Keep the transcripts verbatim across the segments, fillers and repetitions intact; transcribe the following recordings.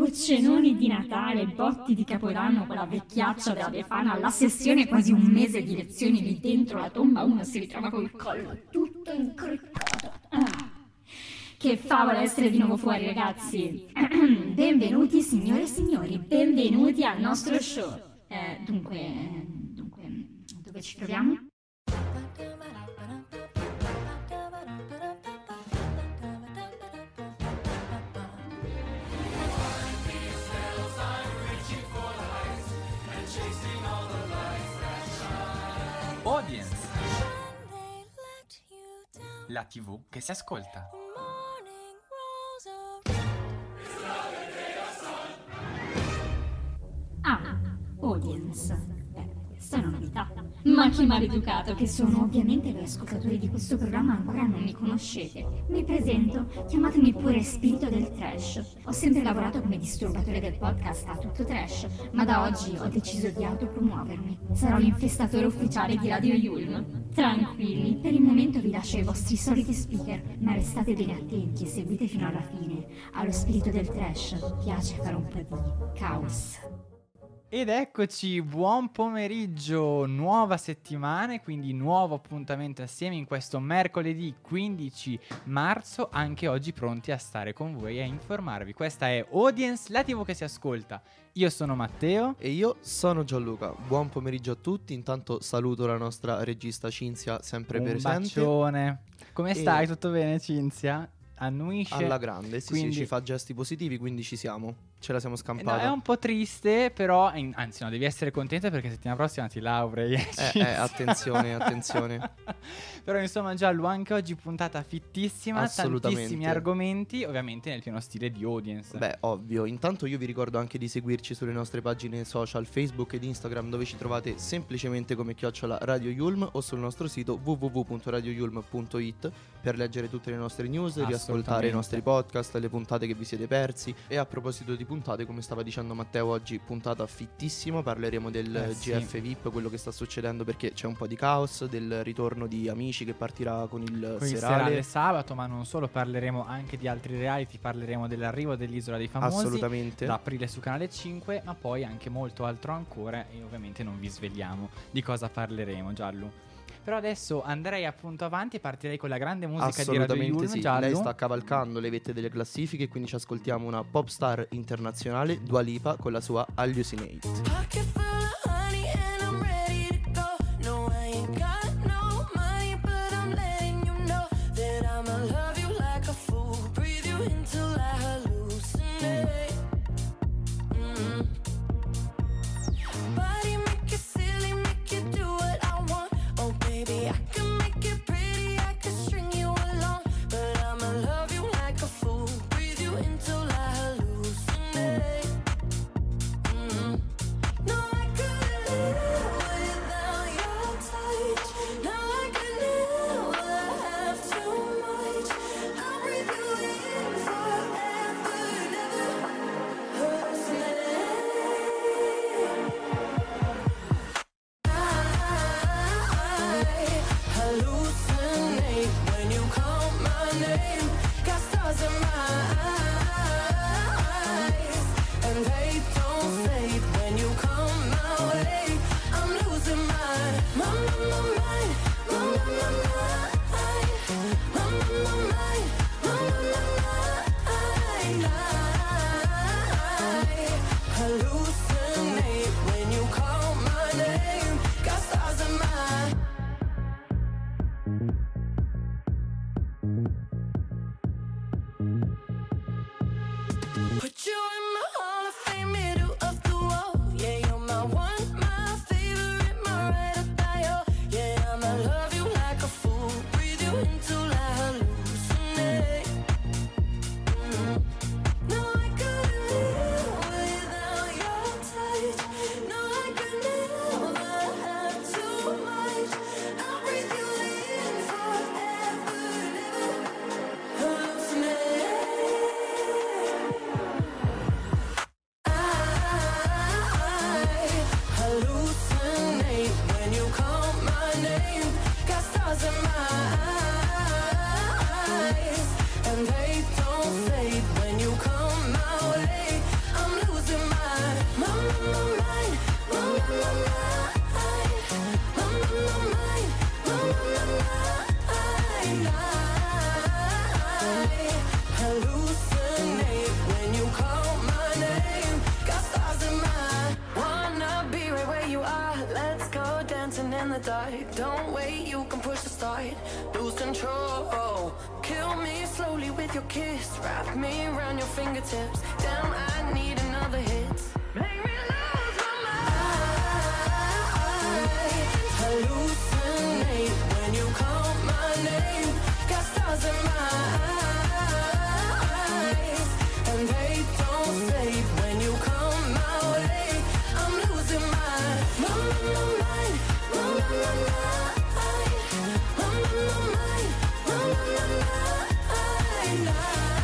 due cenoni di Natale, botti di Capodanno con la vecchiaccia della Befana, la sessione quasi un mese di lezioni lì dentro la tomba, uno si ritrova col collo tutto incriccato. Ah. Che favola essere di nuovo fuori, ragazzi. Benvenuti signore e signori, benvenuti al nostro show. Eh, dunque, dunque, dove ci troviamo? Audience, la tivù che si ascolta. Ah, Audience. Beh, questa è una novità. Ma che maleducato che sono. Ovviamente voi ascoltatori di questo programma ancora non mi conoscete. Mi presento, chiamatemi pure spirito del trash. Ho sempre lavorato come disturbatore del podcast a Tutto Trash, ma da oggi ho deciso di autopromuovermi. Sarò l'infestatore ufficiale di Radio Yulm. Tranquilli, per il momento vi lascio ai vostri soliti speaker, ma restate bene attenti e seguite fino alla fine. Allo spirito del trash piace fare un po' di caos. Ed eccoci, buon pomeriggio, nuova settimana, quindi nuovo appuntamento assieme in questo mercoledì quindici marzo, anche oggi pronti a stare con voi e a informarvi. Questa è Audience, la tivù che si ascolta. Io sono Matteo. E io sono Gianluca. Buon pomeriggio a tutti, intanto saluto la nostra regista Cinzia, sempre Un presente. bacione. Come E- stai? Tutto bene, Cinzia? Annuisce? Alla grande, sì, Quindi- sì, ci fa gesti positivi, quindi ci siamo. Ce la siamo Eh, no, scampata. è un po' triste, però in- anzi no, devi essere contenta perché settimana prossima ti laurei. Eh, eh, attenzione, attenzione. Però insomma Giallo, anche oggi puntata fittissima, Assolutamente. tantissimi argomenti, ovviamente nel pieno stile di Audience. Beh, ovvio. Intanto io vi ricordo anche di seguirci sulle nostre pagine social Facebook ed Instagram, dove ci trovate semplicemente come chiocciola Radio Yulm, o sul nostro sito w w w punto radio yulm punto i t per leggere tutte le nostre news, riascoltare Assolutamente. i nostri podcast, le puntate che vi siete persi. E a proposito di puntate, come stava dicendo Matteo, oggi puntata fittissima, parleremo del Eh, sì. G F V I P, quello che sta succedendo, perché c'è un po' di caos, del ritorno di Amici che partirà con il Con il serale. serale sabato, ma non solo, parleremo anche di altri reality, parleremo dell'arrivo dell'Isola dei Famosi Assolutamente. da aprile su Canale cinque, ma poi anche molto altro ancora, e ovviamente non vi svegliamo di cosa parleremo, Giallo. Però adesso andrei appunto avanti e partirei con la grande musica di Radio Assolutamente Yulm, sì. Giallo. Lei sta cavalcando le vette delle classifiche, quindi ci ascoltiamo una pop star internazionale, Dua Lipa, con la sua Hallucinate. Pocket full of honey and I'm ready to go. No, I ain't got no money, but I'm letting you know that I'ma love you like a fool. Breathe you until I hallucinate. Mm. Body make you silly, make you do what I want. Oh baby, I can make it pretty, I can string you along, but I'ma love you like a fool. Breathe you until I hallucinate. Mm. No, I couldn't live die. Don't wait, you can push the start. Lose control. Kill me slowly with your kiss. Wrap me around your fingertips. Damn, I need another hit. Make me lose my mind. Hallucinate when you call my name. Got stars in my eyes, and they don't fade when you come my way. I'm losing my mind, mind, mind, mind, mind, mind, mind, mind.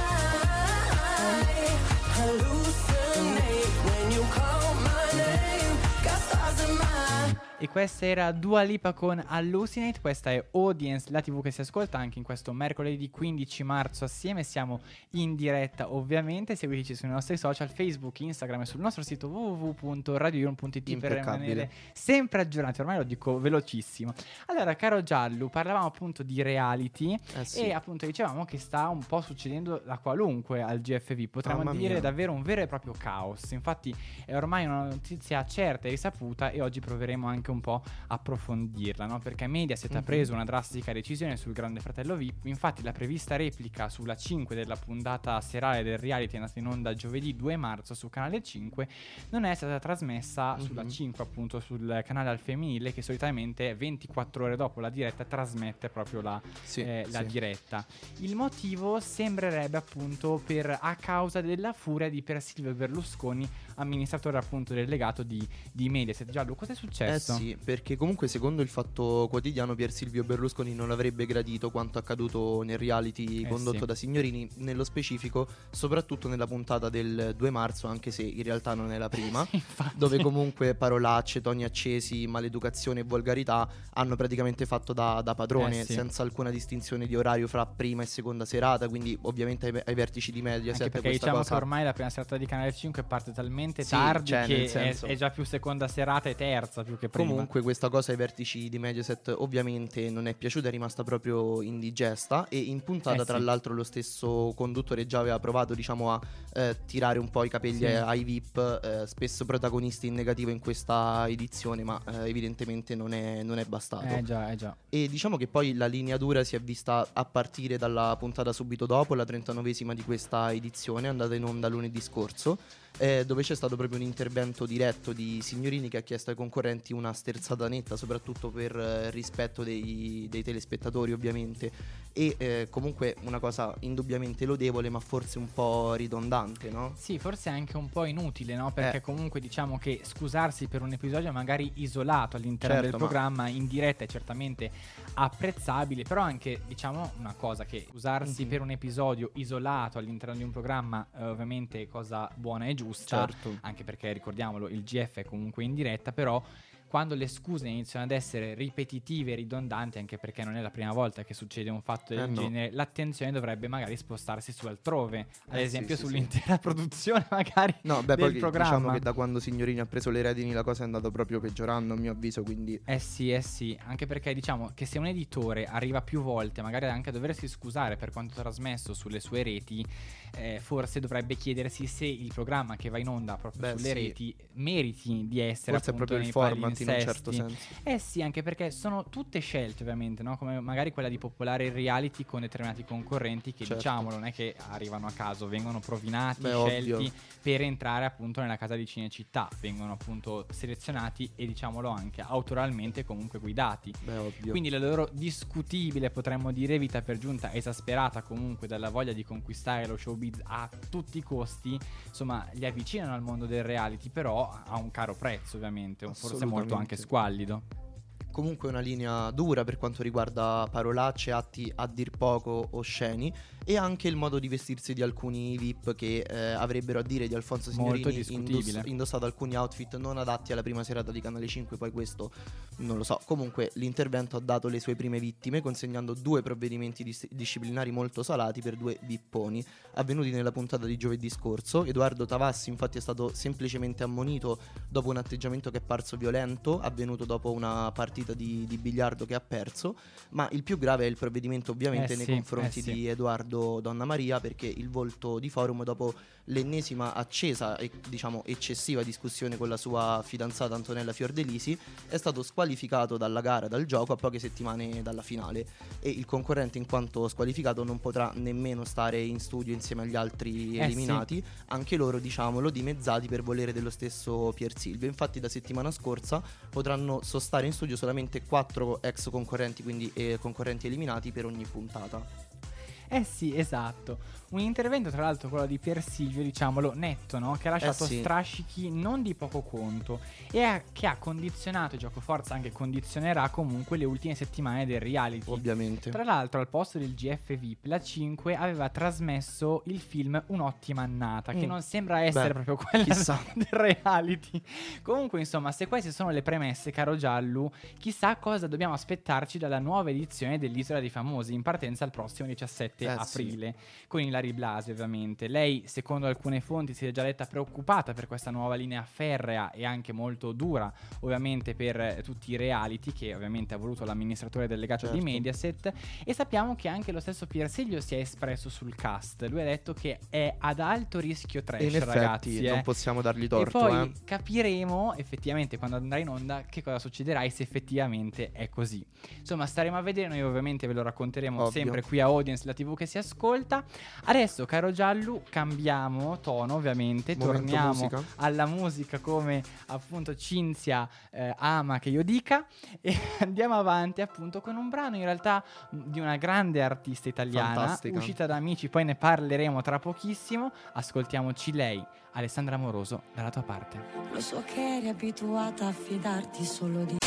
Hallucinate when you call my name. Got stars in my E questa era Dua Lipa con Hallucinate. Questa è Audience, la tivù che si ascolta anche in questo mercoledì quindici marzo assieme. Siamo in diretta ovviamente. Seguiteci sui nostri social, Facebook, Instagram e sul nostro sito w w w punto radio yulm punto it per rimanere sempre aggiornati. Ormai lo dico velocissimo. Allora, caro Giallo, parlavamo appunto di reality Eh sì. e appunto dicevamo che sta un po' succedendo la qualunque al G F V. Potremmo Mamma dire mia. davvero un vero e proprio caos. Infatti è ormai una notizia certa e risaputa e oggi proveremo anche un po' approfondirla, no? Perché Mediaset ha Mhm. preso una drastica decisione sul Grande Fratello V I P. Infatti la prevista replica sulla cinque della puntata serale del reality andata in onda giovedì due marzo su Canale cinque non è stata trasmessa sulla Mhm. cinque, appunto sul canale al femminile, che solitamente ventiquattro ore dopo la diretta trasmette proprio la, Sì, eh, la sì. diretta. Il motivo sembrerebbe appunto per a causa della furia di per Silvio Berlusconi, amministratore appunto delegato di, di Mediaset. Giallo, cosa è Eh successo? sì, perché comunque secondo il Fatto Quotidiano Pier Silvio Berlusconi non avrebbe gradito quanto accaduto nel reality Eh condotto sì. da Signorini, nello specifico soprattutto nella puntata del due marzo, anche se in realtà non è la prima, Infatti. dove comunque parolacce, toni accesi, maleducazione e volgarità hanno praticamente fatto da, da padrone, Eh sì. senza alcuna distinzione di orario fra prima e seconda serata, quindi ovviamente ai, ai vertici di Mediaset Anche perché questa diciamo cosa... che ormai la prima serata di Canale cinque parte talmente Sì, tardi cioè, che nel è, senso- è già più seconda serata e terza più che prima. Comunque questa cosa ai vertici di Mediaset ovviamente non è piaciuta, è rimasta proprio indigesta e in puntata Eh tra sì. l'altro lo stesso conduttore già aveva provato diciamo a eh, tirare un po' i capelli Sì. ai V I P, eh, spesso protagonisti in negativo in questa edizione, ma eh, evidentemente non è, non è bastato. Eh già, eh già. E diciamo che poi la linea dura si è vista a partire dalla puntata subito dopo, la trentanovesima di questa edizione, andata in onda lunedì scorso, eh, dove c'è stato proprio un intervento diretto di Signorini che ha chiesto ai concorrenti una sterzata netta, soprattutto per eh, rispetto dei, dei telespettatori ovviamente, e eh, comunque una cosa indubbiamente lodevole ma forse un po' ridondante, no? Sì, forse anche un po' inutile, no? Perché Eh. comunque diciamo che scusarsi per un episodio magari isolato all'interno Certo, del ma- programma in diretta è certamente apprezzabile, però anche diciamo una cosa, che scusarsi Mhm. per un episodio isolato all'interno di un programma eh, ovviamente è cosa buona e giusta, Certo. anche perché ricordiamolo, il G F è comunque in diretta, però quando le scuse iniziano ad essere ripetitive e ridondanti, anche perché non è la prima volta che succede un fatto del Eh no. genere, l'attenzione dovrebbe magari spostarsi su altrove, ad Eh, esempio sì, sì, sull'intera produzione magari No, beh, del poi programma. diciamo che da quando Signorini ha preso le redini la cosa è andata proprio peggiorando a mio avviso, quindi Eh sì, eh sì, anche perché diciamo che se un editore arriva più volte, magari anche a doversi scusare per quanto trasmesso sulle sue reti, eh, forse dovrebbe chiedersi se il programma che va in onda proprio Beh, sulle sì. reti meriti di essere forse è appunto proprio il nei format in un palinsesti. certo senso. Eh sì, anche perché sono tutte scelte ovviamente, no? Come magari quella di popolare il reality con determinati concorrenti che Certo. diciamolo non è che arrivano a caso, vengono provinati, Beh, scelti ovvio. per entrare appunto nella casa di Cinecittà, vengono appunto selezionati e diciamolo anche autoralmente comunque guidati. Beh, ovvio. Quindi la loro discutibile, potremmo dire, vita per giunta esasperata comunque dalla voglia di conquistare lo showbiz a tutti i costi, insomma, li avvicinano al mondo del reality, però a un caro prezzo ovviamente, un forse molto anche Assolutamente. squallido. Comunque una linea dura per quanto riguarda parolacce, atti a dir poco osceni, e anche il modo di vestirsi di alcuni V I P che eh, avrebbero a dire di Alfonso Molto Signorini discutibile. indoss- indossato alcuni outfit non adatti alla prima serata di Canale cinque, poi questo non lo so. Comunque l'intervento ha dato le sue prime vittime, consegnando due provvedimenti dis- disciplinari molto salati per due vipponi avvenuti nella puntata di giovedì scorso. Edoardo Tavassi infatti è stato semplicemente ammonito dopo un atteggiamento che è parso violento, avvenuto dopo una partita partita di, di biliardo che ha perso, ma il più grave è il provvedimento ovviamente Eh nei sì, confronti eh sì. di Edoardo Donnamaria, perché il volto di Forum, dopo l'ennesima accesa e diciamo eccessiva discussione con la sua fidanzata Antonella Fiordelisi, è stato squalificato dalla gara, dal gioco, a poche settimane dalla finale, e il concorrente, in quanto squalificato, non potrà nemmeno stare in studio insieme agli altri Eh eliminati, anche loro, diciamolo, dimezzati per volere dello stesso Pier Silvio. Infatti da settimana scorsa potranno sostare in studio solamente quattro ex concorrenti, quindi eh, concorrenti eliminati per ogni puntata. Eh sì, esatto. Un intervento, tra l'altro, quello di Pier Silvio, diciamolo, netto, no? Che ha lasciato Eh sì. strascichi non di poco conto e ha- che ha condizionato, gioco forza anche condizionerà comunque le ultime settimane del reality. Ovviamente. Tra l'altro, al posto del G F V I P, la cinque aveva trasmesso il film Un'ottima annata, che Mm. non sembra essere Beh, proprio quella chissà. del reality. Comunque, insomma, se queste sono le premesse, caro Giallu, chissà cosa dobbiamo aspettarci dalla nuova edizione dell'Isola dei Famosi, in partenza il prossimo diciassette Eh, aprile, con Ilari Blasi, ovviamente. Lei, secondo alcune fonti, si è già detta preoccupata per questa nuova linea ferrea e anche molto dura, ovviamente, per eh, tutti i reality che ovviamente ha voluto l'amministratore delegato di Certo. Mediaset. E sappiamo che anche lo stesso Pier Silvio si è espresso sul cast. Lui ha detto che è ad alto rischio trash, E in effetti ragazzi. non eh. possiamo dargli E torto, poi eh. capiremo effettivamente quando andrà in onda che cosa succederà e se effettivamente è così. Insomma, staremo a vedere, noi ovviamente ve lo racconteremo Ovvio. sempre qui a Audience, la tivù che si ascolta. Adesso, caro Giallu, cambiamo tono, ovviamente, Momento torniamo musica. alla musica come appunto Cinzia eh, ama che io dica, e andiamo avanti appunto con un brano in realtà mh, di una grande artista italiana, Fantastica. uscita da Amici, poi ne parleremo tra pochissimo. Ascoltiamoci lei, Alessandra Amoroso, dalla tua parte. Lo so che eri abituata a fidarti solo di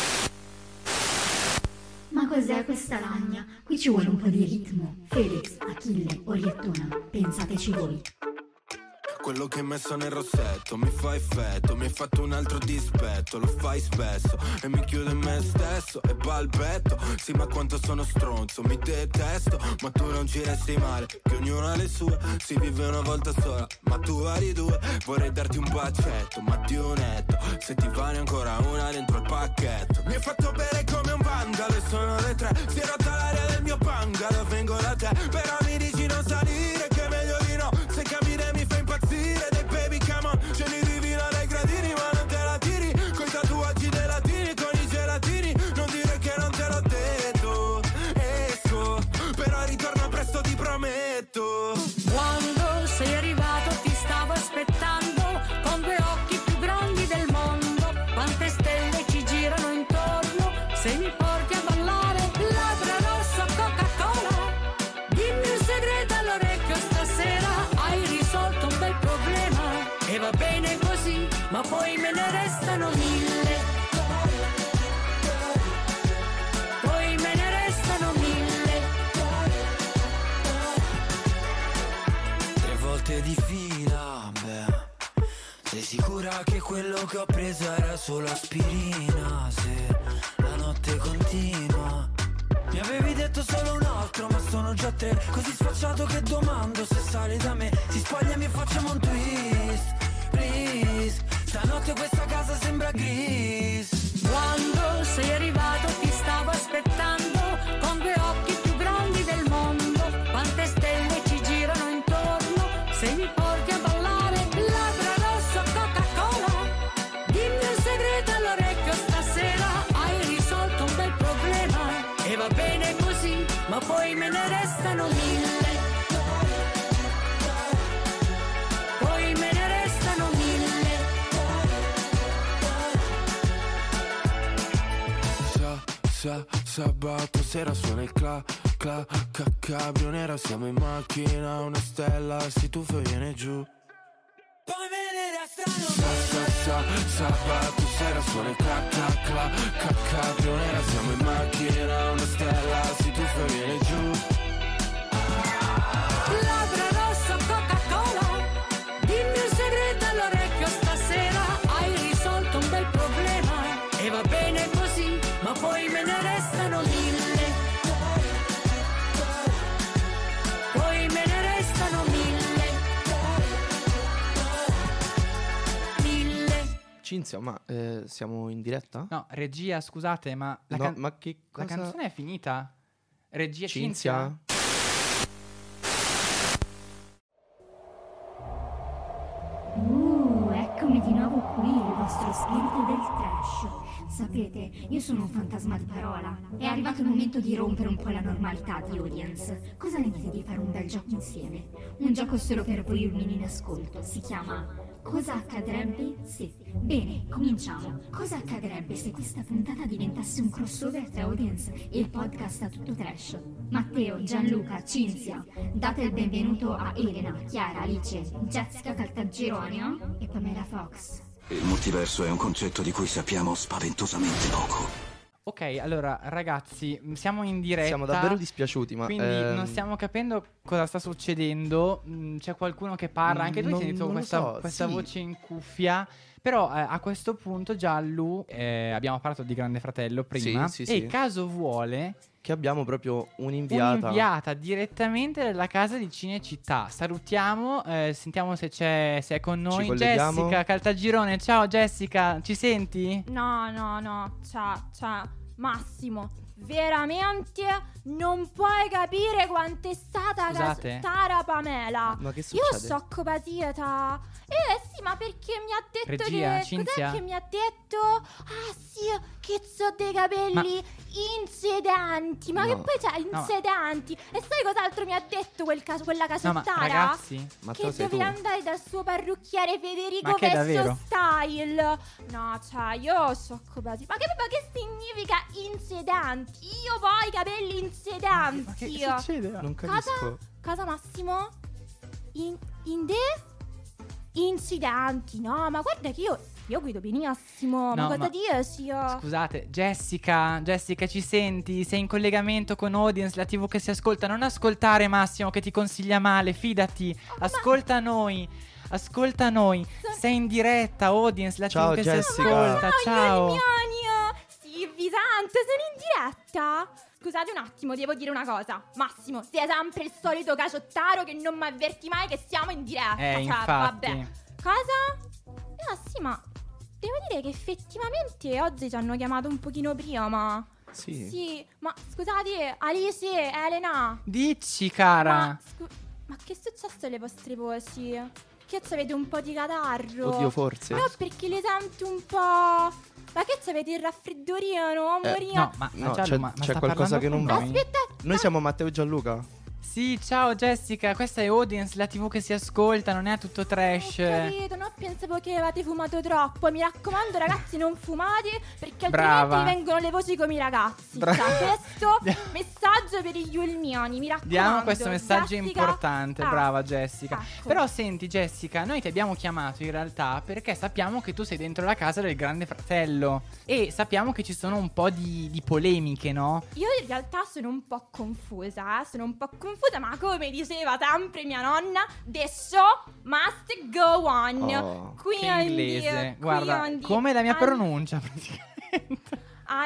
Ma cos'è questa ragna? Qui ci vuole un po' di ritmo. Felix, Achille, Oriettona, pensateci voi. Quello che hai messo nel rossetto mi fa effetto, mi hai fatto un altro dispetto, lo fai spesso e mi chiudo in me stesso e balbetto. Sì, ma quanto sono stronzo, mi detesto, ma tu non ci resti male, che ognuno ha le sue, si vive una volta sola, ma tu vari due. Vorrei darti un bacetto, ma di un netto, se ti va ne ancora una dentro il pacchetto. Mi hai fatto bere come un vandalo e sono le tre, si è rotta l'aria del mio bungalow, vengo da te, però mi dici non salire, che è meglio di no, se cammini mi fai impazzire. Dei baby come on, scendi di vino dai gradini, ma non te la tiri, coi tatuaggi dei latini, con i gelatini, non dire che non te l'ho detto. Esco, però ritorno presto, ti prometto. quando sei arrivato ti stavo aspettando con due occhi più grandi del mondo. Quante stelle ci girano intorno, se mi porti a ballare labbra rosso Coca-Cola. Dimmi un segreto all'orecchio stasera, hai risolto un bel problema e va bene così, ma poi me ne restano mille. Poi me ne restano mille. Tre volte di fila, beh, sei sicura che quello che ho preso era solo aspirina? Se la notte continua, mi avevi detto solo un altro, ma sono già tre, così sfacciato che domando se sali da me. Si spogliami e facciamo un twist, please. Stanotte questa casa sembra gris. Quando sei arrivato ti stavo aspettando con due occhi più grandi del mondo. Quante stelle ci girano intorno, se mi porti a ballare labbra rosso Coca-Cola. Dimmi un segreto all'orecchio stasera, hai risolto un bel problema e va bene così, ma poi me ne restano mille. Poi me ne restano mille. Sa, sa, sabato sera suona il cla, cla, ca, cabrio nera, siamo in macchina, una stella si tuffa e viene giù. Poi me ne restano sa, sa, sa, sabato sera suona il cla, cla, cla, ca, cabrio nera, siamo in macchina, una stella si tuffa e viene giù. Labbra rosso Coca-Cola. Dimmi un segreto all'orecchio stasera, hai risolto un bel problema e va bene così, ma poi me ne restano mille. Poi me ne restano mille. Mille. Cinzia, ma eh, siamo in diretta? No, regia, scusate, ma la, No, can- ma che la cosa? canzone è finita? Regia Cinzia? Cinzia? Uh, eccomi di nuovo qui, il vostro spirito del trash. Sapete, io sono un fantasma di parola. È arrivato il momento di rompere un po' la normalità di audience. Cosa ne dite di fare un bel gioco insieme? Un gioco solo per voi uomini in ascolto. Si chiama Cosa accadrebbe se... Bene, cominciamo. Cosa accadrebbe se questa puntata diventasse un crossover tra audience e il podcast a tutto trash? Matteo, Gianluca, Cinzia, date il benvenuto a Elena, Chiara, Alice, Jessica Caltagirone e Pamela Fox. Il multiverso è un concetto di cui sappiamo spaventosamente poco. Ok, allora ragazzi, m, siamo in diretta. Siamo davvero dispiaciuti, ma Quindi ehm, non stiamo capendo cosa sta succedendo. Mm, C'è qualcuno che parla. Anche tu hai non- sentito non lo questa, so, questa sì. voce in cuffia. Però eh, a questo punto, Giallu, eh, abbiamo parlato di Grande Fratello prima. Sì, sì, e sì. caso vuole, che abbiamo proprio un'inviata. un'inviata direttamente dalla casa di Cinecittà. Salutiamo, eh, sentiamo se, c'è, se è con noi colleghiamo. Jessica Caltagirone. Ciao Jessica, ci senti? No, no, no, ciao, ciao, Massimo, veramente non puoi capire quanto è stata Scusate. casutara Pamela. Ma che Io succede? so compatita. Eh sì, ma perché mi ha detto Regia, che... Cinzia? Cos'è che mi ha detto? Ah sì, che so dei capelli insedenti. Ma che No. poi c'è insedenti? E sai cos'altro mi ha detto quel caso, quella No, ma casuttara? ragazzi, Matteo, Che sei devi tu? andare dal suo parrucchiere Federico Ma che Vesso davvero? Style. No, cioè, io so compatita. Ma che, ma che significa insedenti? Io poi i capelli insedenti. ma che succede? Non Cosa? capisco. Cosa Massimo? In, in de? Incidenti, no, ma guarda che io, io guido benissimo. No, ma cosa ma- dici? io? Scusate, Jessica, Jessica, ci senti? Sei in collegamento con Audience, la tivù che si ascolta. Non ascoltare Massimo che ti consiglia male, fidati. Ascolta noi, ascolta noi. Sei in diretta, Audience, la Ciao, tivù che Jessica. si ascolta. Ciao. Gnagno, sì, Visante, sono in diretta. Scusate un attimo, devo dire una cosa. Massimo, sei sempre il solito caciottaro che non mi avverti mai che siamo in diretta. Eh, cioè, infatti. vabbè. Cosa? Ah, sì, ma devo dire che effettivamente oggi ci hanno chiamato un pochino prima. Sì. Sì, ma scusate, Alice, Elena. Dici, cara. Ma, scu- ma che è successo alle vostre voci? Che avete un po' di catarro? Oddio, forse. No, perché le sento un po'... Ma che avete il raffreddorino? Eh, Amorino? No, ma, ma No, Giallo, c'è- ma- ma c'è sta qualcosa parlando che non con va. noi? Aspetta, Noi siamo Matteo e Gianluca. Sì, ciao Jessica, questa è Audience, la tivù che si ascolta, non è tutto trash. ho capito, no, pensavo che avevate fumato troppo. Mi raccomando, ragazzi, non fumate, perché altrimenti Brava. vi vengono le voci come i ragazzi. Bra- Cioè, questo messaggio per gli ulmiani, mi raccomando. Diamo questo messaggio Jessica- importante, Ah, brava Jessica. ecco. Però senti Jessica, noi ti abbiamo chiamato in realtà perché sappiamo che tu sei dentro la casa del Grande Fratello e sappiamo che ci sono un po' di, di polemiche, no? Io in realtà sono un po' confusa, eh? Sono un po' confusa, ma come diceva sempre mia nonna, the show must go on. Oh, Che Quindi, inglese, guarda, quindi- come la mia All- pronuncia praticamente.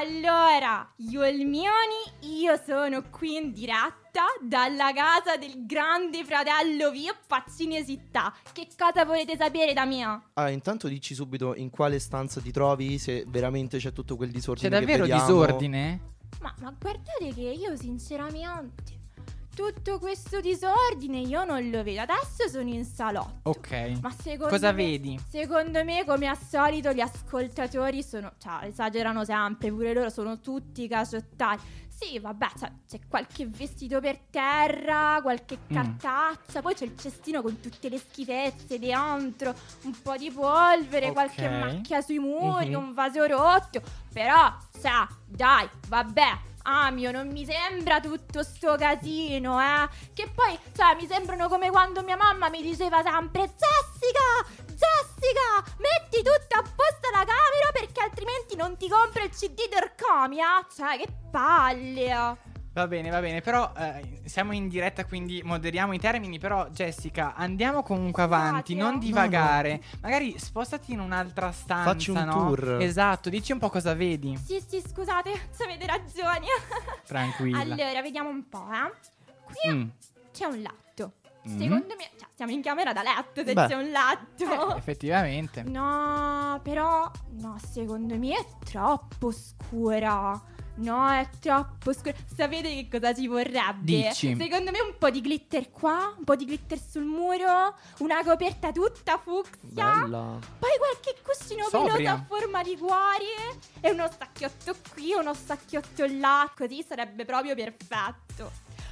Allora, Iolmioni, io sono qui in diretta dalla casa del grande fratello V I P a Cinecittà. Che cosa volete sapere da me? Ah, intanto dici subito in quale stanza ti trovi, se veramente c'è tutto quel C'è disordine che davvero vediamo. disordine? Ma, ma guardate che io sinceramente tutto questo disordine io non lo vedo. Adesso sono in salotto. Ok. Ma secondo Cosa me, vedi? Secondo me, come al solito, gli ascoltatori sono. Cioè, esagerano sempre, pure loro sono tutti caciottari. Sì, vabbè, cioè, c'è qualche vestito per terra, qualche Mm. cartaccia, poi c'è il cestino con tutte le schifezze dentro, un po' di polvere, Ok. qualche macchia sui muri, Mhm. un vaso rotto. Però, sa, dai, vabbè. Ah mio, non mi sembra tutto sto casino, eh. Che poi, cioè, mi sembrano come quando mia mamma mi diceva sempre: Jessica, Jessica, metti tutto a posto la camera perché altrimenti non ti compro il C D del Comia. Cioè, che palle. Va bene, va bene, però eh, siamo in diretta quindi moderiamo i termini, però Jessica andiamo comunque avanti, Scusate, non eh. divagare, magari spostati in un'altra stanza, Facci un no? tour. Esatto, dici un po' cosa vedi, Sì, sì, scusate, se avete ragione. tranquilla. Allora, vediamo un po', eh. Qui Mm. c'è un letto. Mm. Secondo me, cioè, stiamo in camera da letto se Beh. c'è un letto. Effettivamente. No, però, no, secondo me è troppo scura. No, è troppo scura. Sapete che cosa ci vorrebbe? Dici. Secondo me un po' di glitter qua, un po' di glitter sul muro, una coperta tutta fucsia. Bella. Poi qualche cuscino Sobria. peloso a forma di cuore e uno stacchiotto qui, uno stacchiotto là. Così sarebbe proprio perfetto.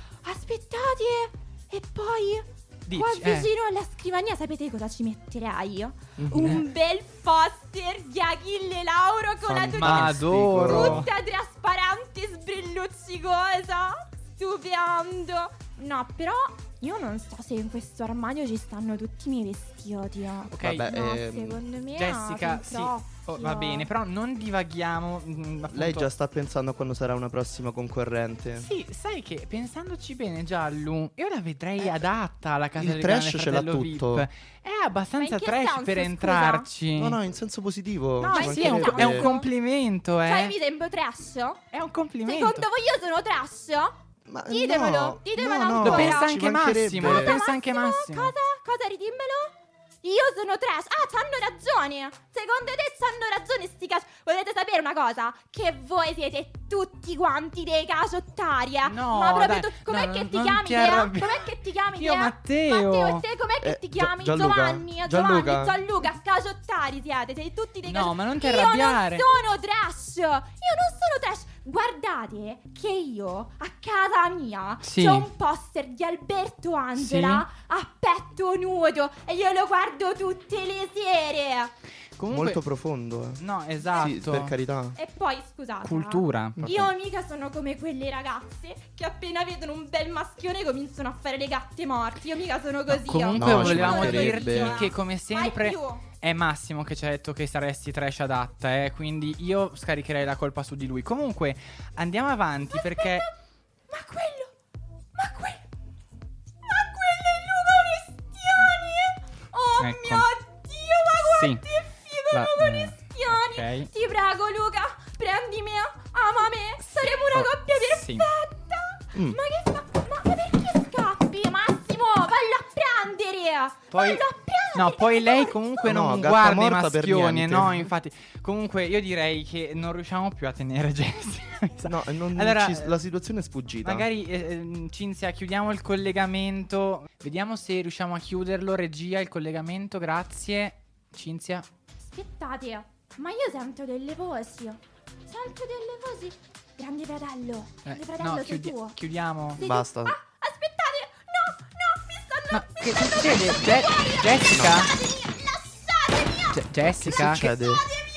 Aspettate, e poi Dici, qua eh. vicino alla scrivania sapete cosa ci metterei? Mhm. Un bel poster di Achille Lauro con la Fantastico. tuta Ma adoro. tutta trasparente, sbrilluccicosa. Stupendo. No, però io non so se in questo armadio ci stanno tutti i miei vestiti. Ok, Vabbè, No, ehm, secondo me Jessica, sono sì, troppi. oh, va bene, però non divaghiamo. mm, appunto. Lei già sta pensando a quando sarà una prossima concorrente. Sì, sai che pensandoci bene, Giallo, io la vedrei adatta alla casa il del trash grande ce l'ha fratello tutto. V I P. È abbastanza Ma in che trash senso, per scusa? entrarci. No, no, in senso positivo. No, ci sì, è un, mancherebbe. è un complimento, eh. Cioè, vi sembro trash? È un complimento. Secondo voi io sono trash? Ma Ditemelo, no, ditemelo no, no, Lo ancora. pensa ci anche mancherebbe. Massimo, lo Cosa, pensa anche Massimo. Cosa? Cosa? Ridimmelo? Io sono trash. Ah, c'hanno ragione. Secondo te c'hanno ragione sti cazzo. Volete sapere una cosa? Che voi siete tutti quanti dei caciottari, eh? No, Ma proprio dai, tu. Com'è no, che non- ti non chiami ti te? arrabbi- Com'è che ti chiami Io te? Matteo. Matteo, e te com'è che Eh, ti Gia- chiami? Gianluca. Giovanni, Gianluca. Giovanni, Gianluca, caciottari siete. Siete tutti dei No, caciottari. ma non ti Io arrabbiare. non sono trash. Io non sono trash. Guardate che io a casa mia Sì. c'ho un poster di Alberto Angela a petto nudo e io lo guardo tutte le sere. Comunque, Molto profondo. Eh. no, esatto. Sì, per carità. E poi scusate, Cultura. io mica sono come quelle ragazze che appena vedono un bel maschione cominciano a fare le gatte morti. Io mica sono così. Comunque No, ci volevamo mancherebbe. dirti che come Mai sempre più. è Massimo che ci ha detto che saresti trash adatta, eh, quindi io scaricherei la colpa su di lui. Comunque andiamo avanti perché Ma quello, ma quello, ma quello è Luca Onestiani. Oh Ecco. mio Dio, ma Sì. quanto è figo La- Luca eh, Onestiani. ok. Ti prego Luca, prendi me, ama me, saremo una Oh, coppia sì. perfetta. Mm. Ma che fa? Ma, ma perché scappi Massimo? Vallo a prendere. Poi- Vallo a prendere. no, poi lei per comunque No, non gatta guarda i morta per maschioni, niente. no, infatti. Comunque io direi che non riusciamo più a tenere Jessica. mi sa. No, non Allora, ci- la situazione è sfuggita. Magari eh, eh, Cinzia, chiudiamo il collegamento. Vediamo se riusciamo a chiuderlo. Regia, il collegamento, grazie. Cinzia. Aspettate, ma io sento delle voci. Sento delle voci. Grande fratello, Eh, grande fratello, no, sei chiudi- tu. chiudiamo. Sei tu? Basta. Ah, aspettate, no, no, mi stanno. Ma mi che stanno succede? mettendo Je- fuori. Jessica? Lasciatemi, lasciatemi. Je- Jessica? Che succede?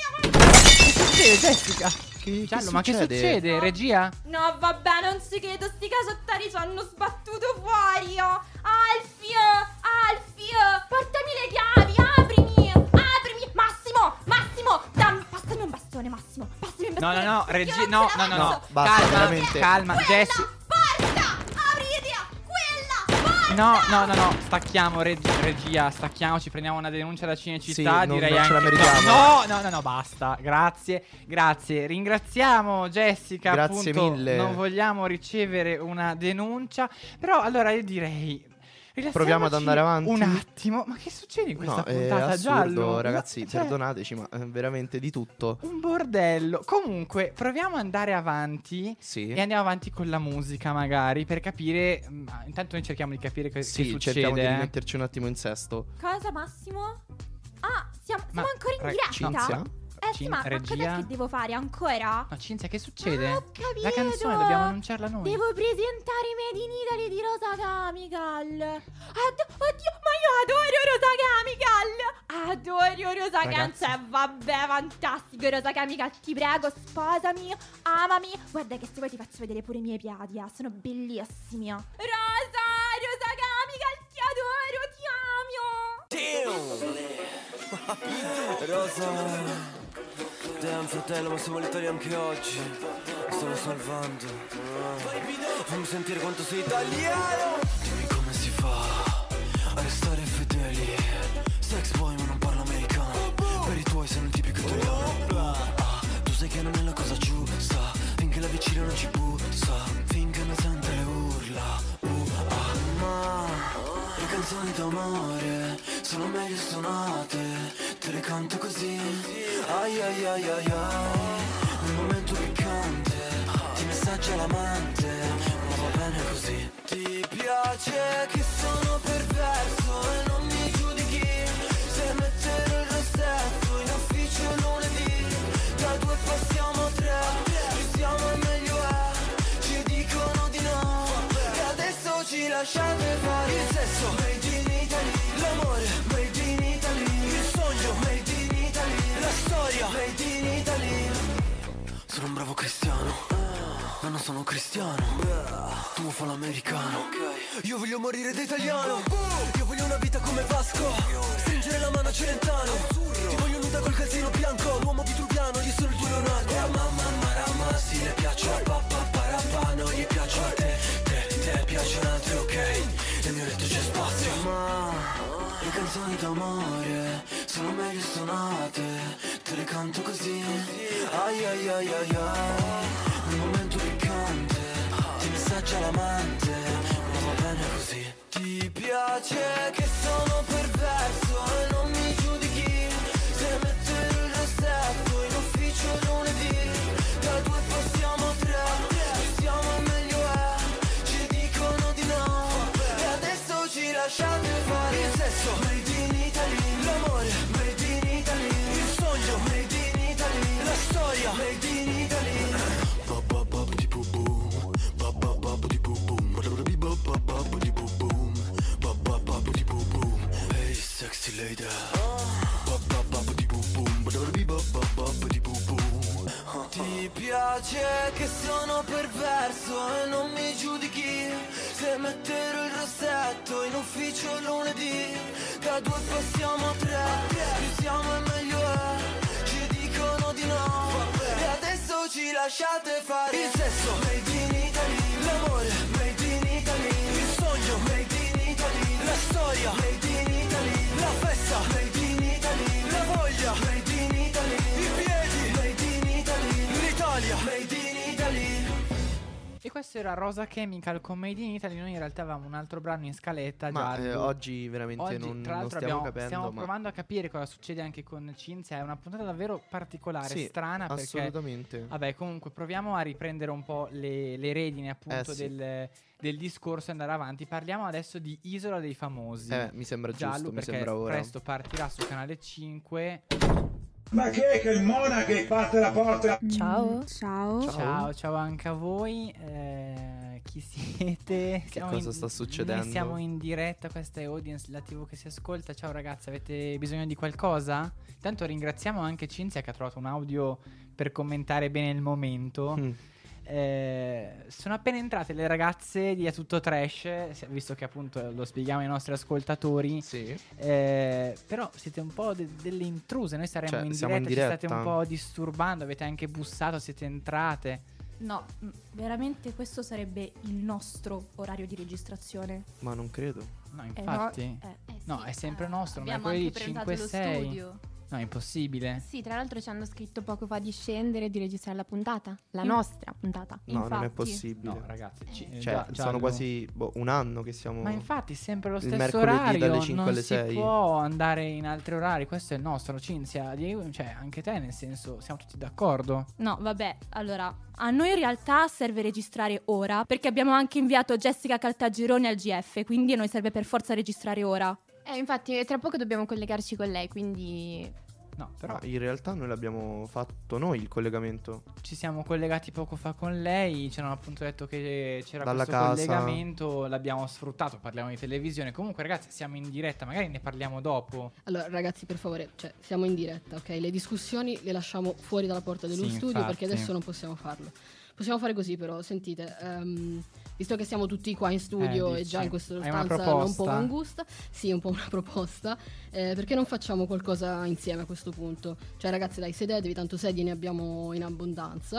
Che succede, Jessica? Che, Giallo, che ma che succede? succede? Regia? No, vabbè, non ci credo, sti casottari ci hanno sbattuto fuori. Oh. Alfio, Alfio, portami le chiavi, aprimi, aprimi. Massimo, Massimo, dammi, passami un bastone, Massimo, passami un No, bastone. no, no, perché Regia. io No, non ce no, la no, no. faccio. Basta, Calma, veramente. calma, Quella Jessica. porta, aprite, quella porta. No, no, no, no, stacchiamo, reg- regia, stacchiamoci, prendiamo una denuncia da Cinecittà, Sì, non- direi non ce la anche meritiamo. No, no, no, no, basta. Grazie, grazie. Ringraziamo Jessica, Grazie appunto, mille. non vogliamo ricevere una denuncia, però allora io direi Proviamo ad andare avanti. un attimo. Ma che succede in questa No, è puntata, assurdo, Giallo? ragazzi, Ma- cioè, perdonateci, ma eh, veramente di tutto. un bordello. Comunque, proviamo ad andare avanti. Sì. E andiamo avanti con la musica, magari, per capire. Ma intanto noi cerchiamo di capire che, Sì, che succede. cerchiamo di eh. rimetterci un attimo in sesto. Cosa, Massimo? Ah, siamo, Ma- siamo ancora in ra- diretta? Cinzia? Eh sì, Cin- ma, ma cos'è regia? che devo fare ancora? Ma Cinzia, che succede? Ah, ho capito. La canzone dobbiamo annunciarla noi. Devo presentare Made in Italy di Rosa Chemical. Ad- oddio, ma io adoro Rosa Chemical. Adoro Rosa Chemical. Ragazzi. Cioè, vabbè, fantastico Rosa Chemical. Ti prego, sposami, amami. Guarda che se vuoi ti faccio vedere pure i miei piedi, eh. Sono bellissimi. Rosa, Rosa Chemical, ti adoro, ti amo. Rosa, damn fratello, ma siamo letali anche oggi. Mi stavo salvando. Ah. Fammi sentire quanto sei italiano. Dimmi come si fa a restare fedeli. Sex boy ma non parlo americano. Per i tuoi sei un tipico italiano. Ah, tu sai che non è la cosa giusta. Finché la vicina non ci bussa. Finché non sente le urla. Uh, ah, ma le canzoni canzoni d'amore sono meglio suonate, te le canto così. Ai ai ai ai ai, nel momento piccante ti messaggia l'amante, ma va bene così. Ti piace che sono perverso e non mi giudichi, se mettere il rossetto in ufficio lunedì, da due passiamo a tre, più siamo e meglio è, ci dicono di no e adesso ci lasciate fare. Il sesso made in Italy, l'amore made in Italy, il sogno made in Italy, la storia made in Italy. Sono un bravo cristiano, ma non sono cristiano, tu fa l'americano, io voglio morire da italiano, io voglio una vita come Vasco, stringere la mano a Celentano, ti voglio nuda col calzino bianco, l'uomo vitruviano, io sono il tuo Leonardo. E a mamma marama si le piaccio a papà parapà, non gli piaccio a te, te, te piacciono altri, ok, nel mio letto c'è spazio. Ma le canzoni d'amore sono meglio suonate, te le canto così. Ai ai ai ai ai, nel momento piccante ti messaggia l'amante, ma va bene così. Ti piace che sono perverso e non mi giudichi, se mettere il rossetto in ufficio lunedì, da due passiamo a tre, più siamo e meglio è, ci dicono di no e adesso ci lasciate fare. Il sesso made in Italy, l'amore made in Italy, il sogno made in Italy, la storia made in Italy. Hey sexy lady, ti piace che sono perverso e non mi giudichi, se mettere il rossetto in ufficio lunedì, da due passiamo a tre, più siamo e meglio è, ci dicono di no e adesso ci lasciate fare. Il sesso made in Italy, l'amore made in Italy, il sogno made in Italy, la storia made in Italy, la festa made in Italy, la voglia made in Italy, i piedi made in Italy, l'Italia made in Italy. E questo era Rosa Chemical con Made in Italy. Noi in realtà avevamo un altro brano in scaletta. Ma Giallo. eh, oggi veramente Oggi, non, tra non l'altro, stiamo abbiamo- capendo. stiamo ma... provando a capire cosa succede anche con Cinzia. È una puntata davvero particolare, Sì, strana, perché assolutamente. vabbè, comunque proviamo a riprendere un po' le, le redini appunto Eh, sì. del, del discorso e andare avanti. Parliamo adesso di Isola dei Famosi. Eh, mi sembra Giallo, giusto, mi perché sembra ora. presto partirà su Canale cinque. Ma che è che il Mona che batte la porta? Ciao. Ciao. Ciao. Ciao, ciao anche a voi. Eh, chi siete? Che cosa sta succedendo? Noi siamo in diretta, questa è Audience, la tivù che si ascolta. Ciao ragazzi, avete bisogno di qualcosa? Intanto ringraziamo anche Cinzia che ha trovato un audio per commentare bene il momento. Mm. Eh, sono appena entrate le ragazze di A Tutto Trash, se- visto che appunto lo spieghiamo ai nostri ascoltatori. Sì. Eh, però siete un po' de- delle intruse. Noi saremo Cioè, in, siamo diretta, in ci state diretta. un po' disturbando. Avete anche bussato, siete entrate. No, mh, veramente questo sarebbe il nostro orario di registrazione. Ma non credo. No, Eh, infatti. no, eh. Eh sì, No, è sempre eh, nostro, abbiamo mercoledì anche prenotato cinque lo sei. studio. No, è impossibile. Sì, tra l'altro ci hanno scritto poco fa di scendere e di registrare la puntata. La Mm. nostra puntata. No, non è Infatti. possibile. No, ragazzi, ci- Eh. eh, Cioè, già- sono giallo. quasi boh, un anno che siamo. Ma infatti, sempre lo il stesso mercoledì orario. dalle cinque non alle si sei. può andare in altri orari. Questo è il nostro. Cinzia, Diego, cioè anche te, nel senso, siamo tutti d'accordo. No, vabbè, allora, a noi in realtà serve registrare ora, perché abbiamo anche inviato Jessica Caltagirone al G F, quindi a noi serve per forza registrare ora. Eh, infatti, tra poco dobbiamo collegarci con lei, quindi... No, però Ma in realtà noi l'abbiamo fatto noi il collegamento. ci siamo collegati poco fa con lei. Ci hanno appunto detto che c'era Dalla questo casa. collegamento. L'abbiamo sfruttato. Parliamo di televisione. Comunque, ragazzi, siamo in diretta. Magari ne parliamo dopo. Allora, ragazzi, per favore, cioè, siamo in diretta, ok? Le discussioni le lasciamo fuori dalla porta dello Sì, studio infatti. perché adesso non possiamo farlo. Possiamo fare così, però, sentite, ehm, visto che siamo tutti qua in studio Eh, e già dici, in questa hai una stanza un po' proposta? angusta, sì, un po' una proposta, eh, perché non facciamo qualcosa insieme a questo punto? Cioè, ragazzi, dai, sedetevi, tanto sedie ne abbiamo in abbondanza.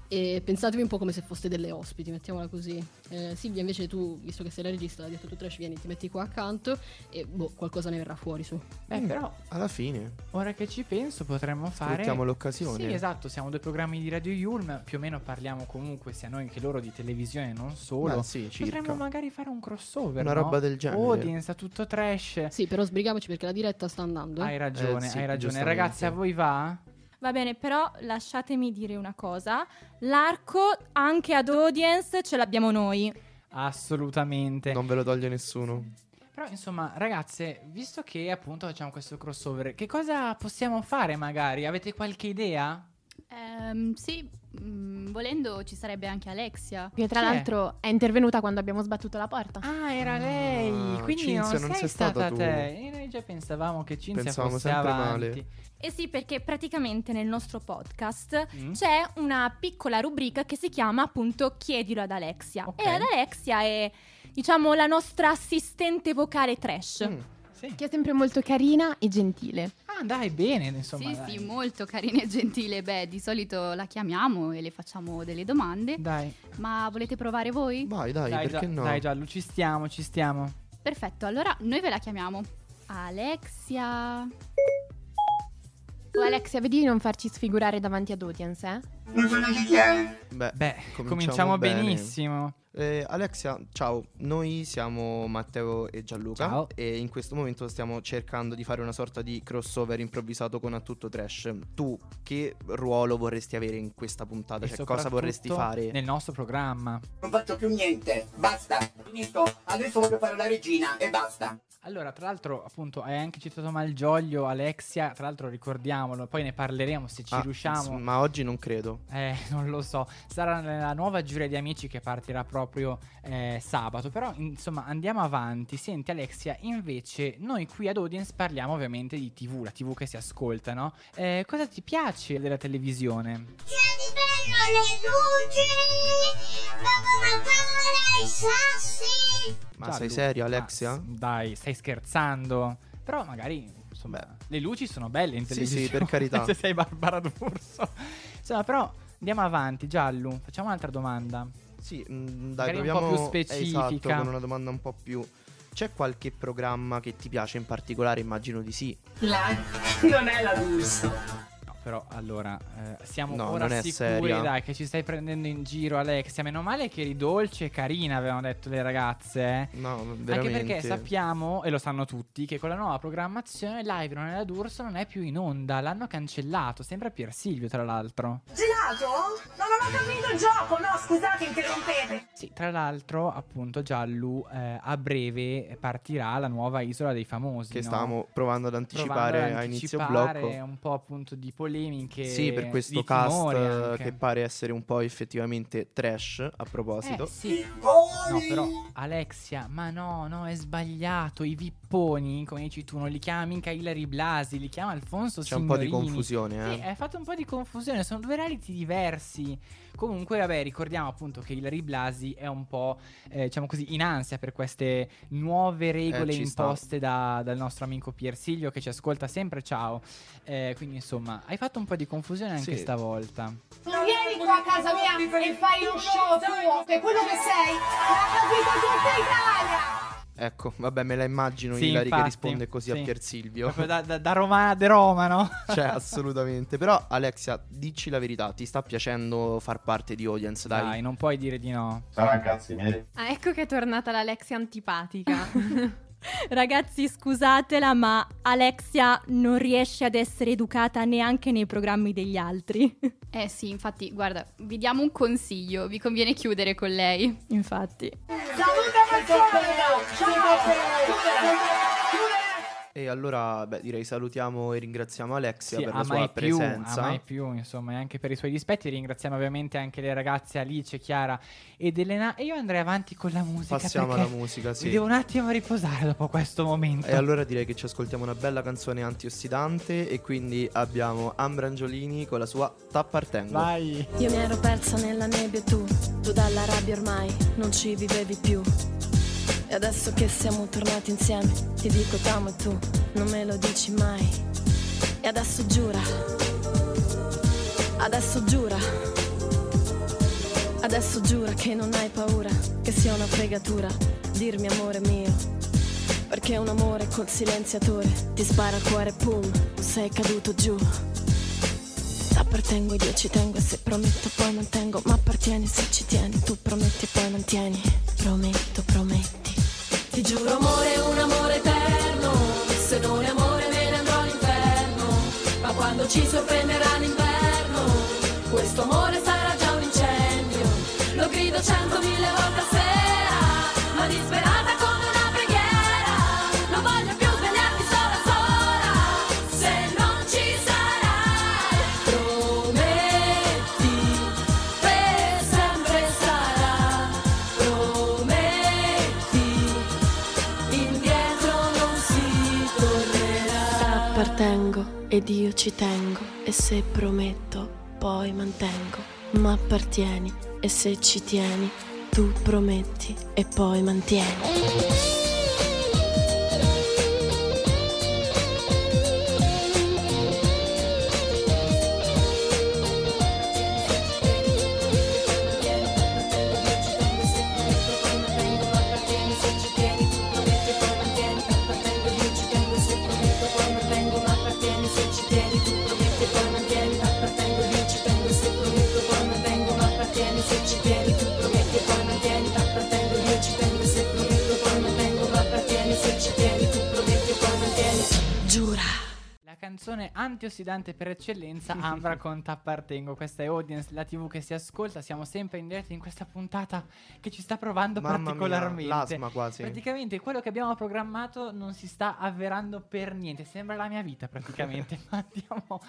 e pensatevi un po' come se foste delle ospiti, mettiamola così. eh, Silvia, invece tu, visto che sei la regista, hai detto tu trash, vieni, ti metti qua accanto e boh, qualcosa ne verrà fuori su. Beh, Mm, però alla fine ora che ci penso potremmo fare... sfruttiamo l'occasione. Sì, esatto, siamo due programmi di Radio Yulm, più o meno parliamo comunque sia noi che loro di televisione, non solo. Beh, sì, circa. Potremmo magari fare un crossover, Una no? roba del genere. Audience, tutto trash. Sì, però sbrighiamoci perché la diretta sta andando. Hai ragione, Eh, sì, hai ragione. giustamente. Ragazzi, a voi va? Va bene, però lasciatemi dire una cosa. L'arco anche ad Audience ce l'abbiamo noi. Assolutamente. Non ve lo toglie nessuno. Però insomma, ragazze, visto che appunto facciamo questo crossover, che cosa possiamo fare magari? Avete qualche idea? Ehm, sì, mm, volendo ci sarebbe anche Alexia. Che tra Chi è? l'altro è intervenuta quando abbiamo sbattuto la porta. Ah, era lei. Ah, Quindi Cinzia, non non sei, sei stata stata tu. te. E noi già pensavamo che Cinzia Pensavamo fosse sempre avanti. male. Eh sì, perché praticamente nel nostro podcast Mm. c'è una piccola rubrica che si chiama appunto Chiedilo ad Alexia. Ok. E ad Alexia è, diciamo, la nostra assistente vocale trash. Mm. Sì. Che è sempre molto carina e gentile. Ah, dai, bene, insomma. sì, dai. sì, molto carina e gentile. Beh, di solito la chiamiamo e le facciamo delle domande. Dai, Ma volete provare voi? Vai, dai, dai, perché Gia- no? dai Giallo, ci stiamo, ci stiamo. Perfetto, allora noi ve la chiamiamo Alexia. Tu Alexia, vedi di non farci sfigurare davanti ad Audience, eh? Beh, Beh, cominciamo cominciamo bene. benissimo. Eh, Alexia, ciao, noi siamo Matteo e Gianluca Ciao. e in questo momento stiamo cercando di fare una sorta di crossover improvvisato con A Tutto Trash. Tu che ruolo vorresti avere in questa puntata? E Cioè, cosa vorresti soprattutto fare? nel nostro programma? Non faccio più niente, basta, finito. Adesso voglio fare la regina e basta. Allora, tra l'altro, appunto, hai anche citato Malgioglio, Alexia, tra l'altro ricordiamolo, poi ne parleremo se ci Ah, riusciamo. s- ma oggi non credo. Eh, non lo so, sarà la nuova giuria di amici che partirà proprio eh, sabato, però insomma andiamo avanti. Senti Alexia, invece noi qui ad Audience parliamo ovviamente di tivù, la tivù che si ascolta, no? Eh, cosa ti piace della televisione? Tieni bello le luci, devo mancare i sassi. Ma Già, sei Lu- serio, ma Alexia? s- dai, stai scherzando? Però magari, insomma, le luci sono belle in Sì, televisione. sì, per carità. Se sei Barbara D'Urso. Insomma, però andiamo avanti, Giallo, facciamo un'altra domanda. Sì, mh, dai, Magari un proviamo po' più eh, specifica. esatto, con una domanda un po' più. C'è qualche programma che ti piace in particolare? Immagino di sì. La non è la D'Urso. No, però allora eh, siamo No, ora non è sicuri, seria. dai, che ci stai prendendo in giro, Alexia. Meno male che eri dolce e carina, avevano detto le ragazze. eh. No, veramente. Anche perché sappiamo, e lo sanno tutti, che con la nuova programmazione Live non è la D'Urso non è più in onda. L'hanno cancellato. Sembra Pier Silvio, tra l'altro. Gelato? No, non ho capito il gioco, no, scusate, interrompete. Sì, tra l'altro, appunto, Giallu eh, a breve partirà la nuova Isola dei Famosi. Che no? stavamo provando ad anticipare Provando ad a inizio anticipare blocco. un po' appunto di polemiche. Sì, per questo di cast timori eh, anche. che pare essere un po' effettivamente trash, a proposito. Eh sì. No, però Alexia, ma no, no, è sbagliato. I vipponi, come dici tu, non li chiama mica Ilary Blasi, li chiama Alfonso C'è un po' di Signorini. confusione, eh. Sì, hai fatto un po' di confusione, sono due reality diversi. Comunque, vabbè, ricordiamo appunto che Ilary Blasi è un po', eh, diciamo così, in ansia per queste nuove regole Eh, ci sta. imposte da- dal nostro amico Pier Silvio che ci ascolta sempre, ciao. Eh, quindi, insomma, hai fatto un po' di confusione anche Sì. stavolta. Non vieni qua a casa mia e fai lo show tuo, che quello che sei l'ha capito tutta Italia. Ecco, vabbè, me la immagino Sì, Ilari che infatti, risponde così sì. a Pier Silvio. Proprio da, da, da romana de Roma, no? Cioè, assolutamente. Però, Alexia, dici la verità, ti sta piacendo far parte di Audience, dai? Dai, non puoi dire di no. Sarà cazzi miei. Ah, ecco che è tornata l'Alexia antipatica. Ragazzi, scusatela, ma Alexia non riesce ad essere educata neanche nei programmi degli altri. Eh sì, infatti, guarda, vi diamo un consiglio, vi conviene chiudere con lei. Infatti. Saluta ciao. E allora, beh, direi salutiamo e ringraziamo Alexia Sì, per a la sua mai più, presenza. a mai più, insomma, e anche per i suoi dispetti. Ringraziamo ovviamente anche le ragazze Alice, Chiara ed Elena. E io andrei avanti con la musica. Passiamo perché alla musica, sì. Mi devo un attimo riposare dopo questo momento. E allora direi che ci ascoltiamo una bella canzone antiossidante e quindi abbiamo Ambra Angiolini con la sua T'appartengo. Vai. Io mi ero persa nella nebbia e tu, tu dalla rabbia ormai non ci vivevi più. E adesso che siamo tornati insieme, ti dico t'amo e tu non me lo dici mai. E adesso giura, adesso giura, Adesso giura che non hai paura, che sia una fregatura dirmi amore mio, perché un amore col silenziatore ti spara al cuore, pum, sei caduto giù. T'appartengo ed io ci tengo, e se prometto poi mantengo, ma appartieni se ci tieni, tu prometti e poi mantieni, prometto, prometti. Ti giuro amore, un amore eterno, se non è amore me ne andrò all'inferno, ma quando ci sorprenderà l'inverno, questo amore sarà già un incendio, lo grido centomila volte a sera, ma disperata come una preghiera, non voglio più svegliarmi sola sola, se non ci sarai, prometti, per sempre sarà, prometti, indietro non si tornerà. Appartengo ed io ci tengo, e se prometto poi mantengo, ma appartieni e se ci tieni, tu prometti e poi mantieni. Canzone antiossidante per eccellenza, Ambra con T'appartengo. Questa è Audience, la tivù che si ascolta. Siamo sempre in diretta in questa puntata che ci sta provando Mamma particolarmente. mia, l'asma quasi. Praticamente quello che abbiamo programmato non si sta avverando per niente. Sembra la mia vita praticamente. Ma andiamo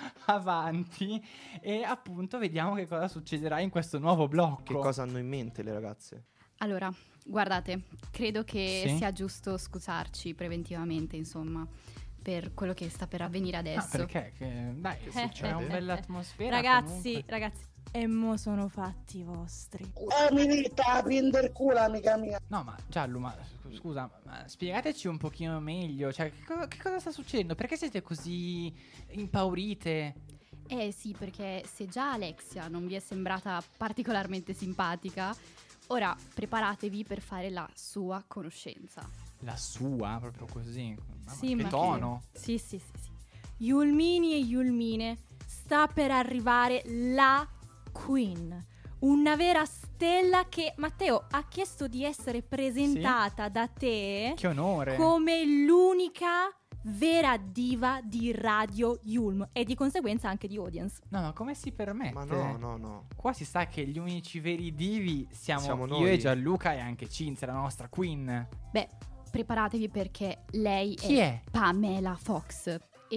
avanti e appunto vediamo che cosa succederà in questo nuovo blocco. Che cosa hanno in mente le ragazze? Allora, guardate, credo che Sì? sia giusto scusarci preventivamente, insomma, per quello che sta per avvenire adesso. Ah, perché? Che, dai, Che c'è succede? una bella atmosfera. Ragazzi, comunque. ragazzi, e mo sono fatti i vostri. Eh, mi dite a prendere culo, amica mia. No, ma Giallo, ma scusa, ma spiegateci un pochino meglio. Cioè, che, co- che cosa sta succedendo? Perché siete così impaurite? Eh sì, perché se già Alexia non vi è sembrata particolarmente simpatica, ora preparatevi per fare la sua conoscenza. La sua, proprio così. Mamma, Sì, che ma tono. Sì, sì, sì, sì. Yulmini e Yulmine, sta per arrivare la Queen, una vera stella che Matteo ha chiesto di essere presentata da te Che onore. come l'unica vera diva di Radio Yulm e di conseguenza anche di Audience. No, ma come si permette? Ma no, no, no. Qua si sa che gli unici veri divi siamo, Siamo io noi. e Gianluca e anche Cinzia, la nostra Queen. Beh, preparatevi perché lei Chi è? Pamela Fox.